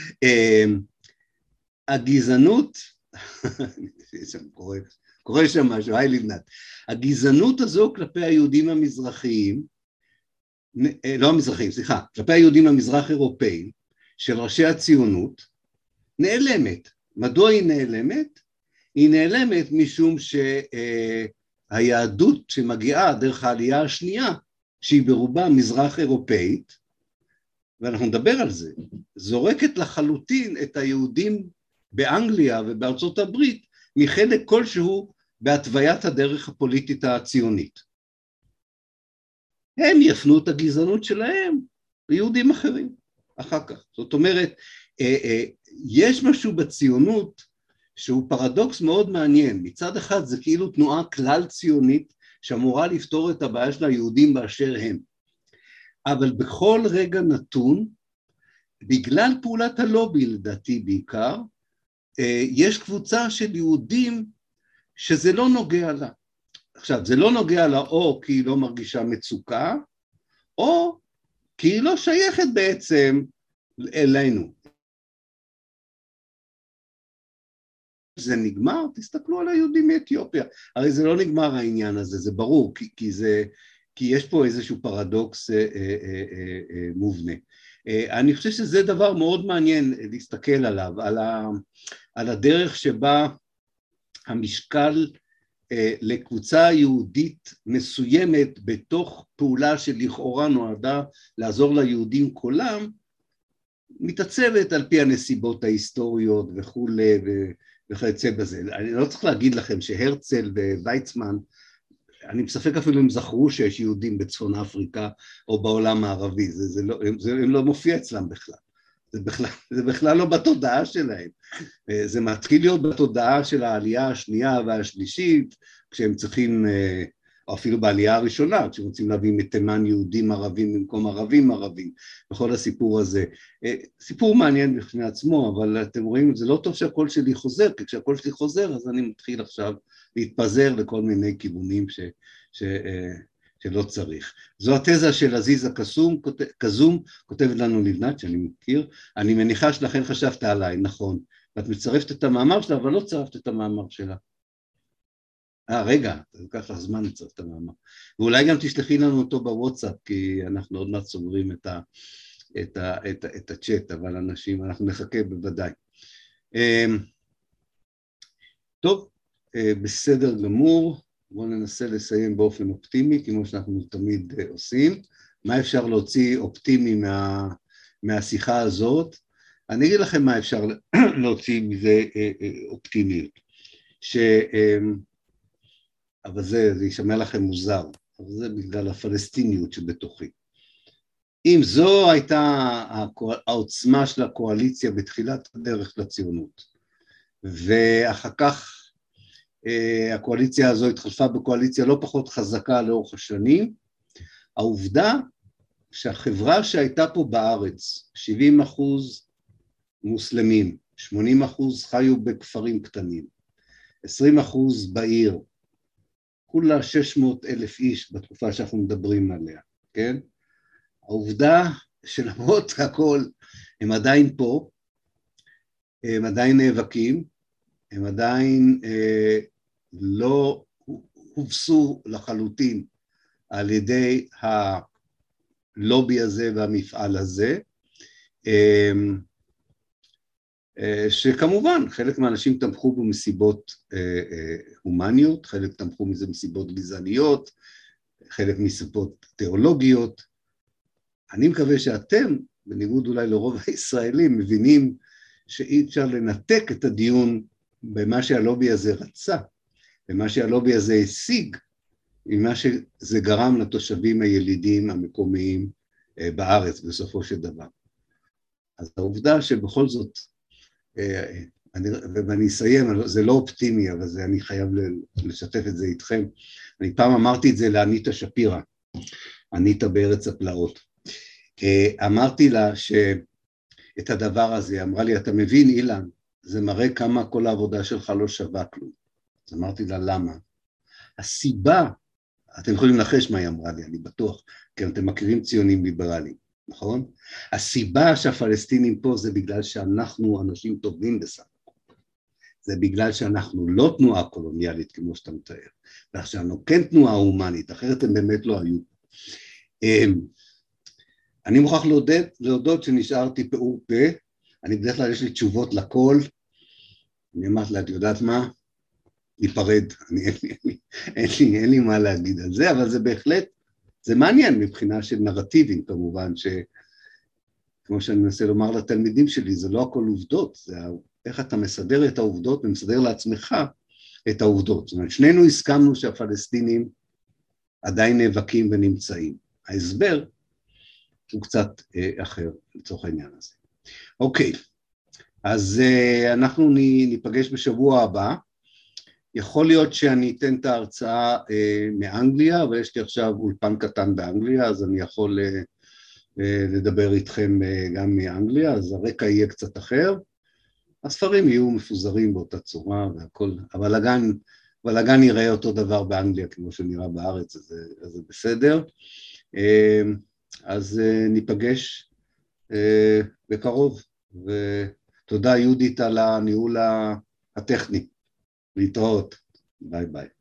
הגזענות, קורא, קורא שם משהו, היי לבנת, הגזענות הזו כלפי היהודים המזרחיים, לא המזרחיים, סליחה, כלפי היהודים המזרח אירופאים, של ראשי הציונות, נעלמת. מדוע היא נעלמת? היא נעלמת משום שהיהדות שמגיעה דרך העלייה השנייה, שהיא ברובה מזרח אירופאית, ואנחנו נדבר על זה, זורקת לחלוטין את היהודים באנגליה ובארצות הברית, מחלק כלשהו בהתוויית הדרך הפוליטית הציונית. הם יפנו את הגזענות שלהם ליהודים אחרים, אחר כך. זאת אומרת, יש משהו בציונות שהוא פרדוקס מאוד מעניין. מצד אחד זה כאילו תנועה כלל ציונית שאמורה לפתור את הבעיה של היהודים באשר הם. אבל בכל רגע נתון, בגלל פעולת הלובי לדעתי בעיקר, יש קבוצה של יהודים שזה לא נוגע לה. עכשיו, זה לא נוגע לה או כי היא לא מרגישה מצוקה, או כי היא לא שייכת בעצם אלינו. זה נגמר, תסתכלו על היהודים מאתיופיה. הרי זה לא נגמר העניין הזה, זה ברור, כי, כי, זה, כי יש פה איזשהו פרדוקס אה, אה, אה, אה, מובנה. אה, אני חושב שזה דבר מאוד מעניין להסתכל עליו, על, ה, על הדרך שבה המשקל אה, לקבוצה יהודית מסוימת בתוך פעולה שלכאורה נועדה לעזור ליהודים כולם, מתעצבת על פי הנסיבות ההיסטוריות וכולי וכיוצא בזה. אני לא צריך להגיד לכם שהרצל וויצמן, אני מספק אפילו אם זכרו שיש יהודים בצפון אפריקה או בעולם הערבי, זה, זה לא, זה לא מופיע אצלם בכלל. זה בכלל, זה בכלל לא בתודעה שלהם. זה מתחיל להיות בתודעה של העלייה השנייה והשלישית, כשהם צריכים, או אפילו בעלייה הראשונה, כשהם רוצים להביא מתימן יהודים ערבים במקום ערבים ערבים, בכל הסיפור הזה. סיפור מעניין בפני עצמו, אבל אתם רואים, זה לא טוב שהקול שלי חוזר, כי כשהקול שלי חוזר, אז אני מתחיל עכשיו להתפזר לכל מיני כיוונים ש... ש שלא צריך. זו התזה של עזיזה קזום, קזום, כותבת לנו לבנת, שאני מכיר, אני מניחה שלכן חשבת עליי, נכון, ואת מצרפת את המאמר שלה, אבל לא צרפת את המאמר שלה. אה, רגע, זה לוקח לך זמן לצרף את המאמר. ואולי גם תשלחי לנו אותו בוואטסאפ, כי אנחנו עוד מעט סוגרים את, ה, את, ה, את, ה, את הצ'אט, אבל אנשים, אנחנו נחכה בוודאי. טוב, בסדר גמור, בואו ננסה לסיים באופן אופטימי, כמו שאנחנו תמיד עושים. מה אפשר להוציא אופטימי מה, מהשיחה הזאת? אני אגיד לכם מה אפשר להוציא מזה אופטימיות. ש... אבל זה, זה יישמע לכם מוזר, אבל זה בגלל הפלסטיניות שבתוכי. אם זו הייתה העוצמה של הקואליציה בתחילת הדרך לציונות, ואחר כך הקואליציה הזו התחלפה בקואליציה לא פחות חזקה לאורך השנים, העובדה שהחברה שהייתה פה בארץ, שבעים אחוז מוסלמים, שמונים אחוז חיו בכפרים קטנים, עשרים אחוז בעיר, כולה שש מאות אלף איש בתקופה שאנחנו מדברים עליה, כן? העובדה שלמרות הכל הם עדיין פה, הם עדיין נאבקים, הם עדיין אה, לא הובסו לחלוטין על ידי הלובי הזה והמפעל הזה, אה, אה, שכמובן חלק מהאנשים תמכו בו מסיבות אה, אה, הומניות, חלק תמכו מזה מסיבות גזעניות, חלק מסיבות תיאולוגיות. אני מקווה שאתם, בניגוד אולי לרוב הישראלים, מבינים שאי אפשר לנתק את הדיון במה שהלובי הזה רצה, במה שהלובי הזה השיג, ממה שזה גרם לתושבים הילידים המקומיים בארץ בסופו של דבר. אז העובדה שבכל זאת, אני, ואני אסיים, זה לא אופטימי, אבל זה, אני חייב לשתף את זה איתכם. אני פעם אמרתי את זה לאניטה שפירא, אניטה בארץ הפלאות. אמרתי לה שאת הדבר הזה, אמרה לי, אתה מבין אילן, זה מראה כמה כל העבודה שלך לא שווה כלום. אז אמרתי לה, למה? הסיבה, אתם יכולים לנחש מה היא אמרה לי, אני בטוח, כי אתם מכירים ציונים ליברליים, נכון? הסיבה שהפלסטינים פה זה בגלל שאנחנו אנשים טובים בסך הכל. זה בגלל שאנחנו לא תנועה קולוניאלית כמו שאתה מתאר, ואנחנו כן תנועה הומנית, אחרת הם באמת לא היו. אני מוכרח להודות, להודות שנשארתי פעור פה, אני בדרך כלל יש לי תשובות לכל, אני אמרת לה, את יודעת מה? ניפרד, אני, אין, לי, אין, לי, אין, לי, אין לי מה להגיד על זה, אבל זה בהחלט, זה מעניין מבחינה של נרטיבים כמובן, שכמו שאני מנסה לומר לתלמידים שלי, זה לא הכל עובדות, זה איך אתה מסדר את העובדות ומסדר לעצמך את העובדות. זאת אומרת, שנינו הסכמנו שהפלסטינים עדיין נאבקים ונמצאים. ההסבר הוא קצת אה, אחר לצורך העניין הזה. אוקיי, אז אה, אנחנו ניפגש בשבוע הבא. יכול להיות שאני אתן את ההרצאה אה, מאנגליה, אבל יש לי עכשיו אולפן קטן באנגליה, אז אני יכול אה, אה, לדבר איתכם אה, גם מאנגליה, אז הרקע יהיה קצת אחר, הספרים יהיו מפוזרים באותה צורה והכל, אבל הגן, אבל הגן יראה אותו דבר באנגליה כמו שנראה בארץ, אז, אז זה בסדר. אז ניפגש בקרוב, ותודה יהודית על הניהול הטכני. להתראות, ביי ביי.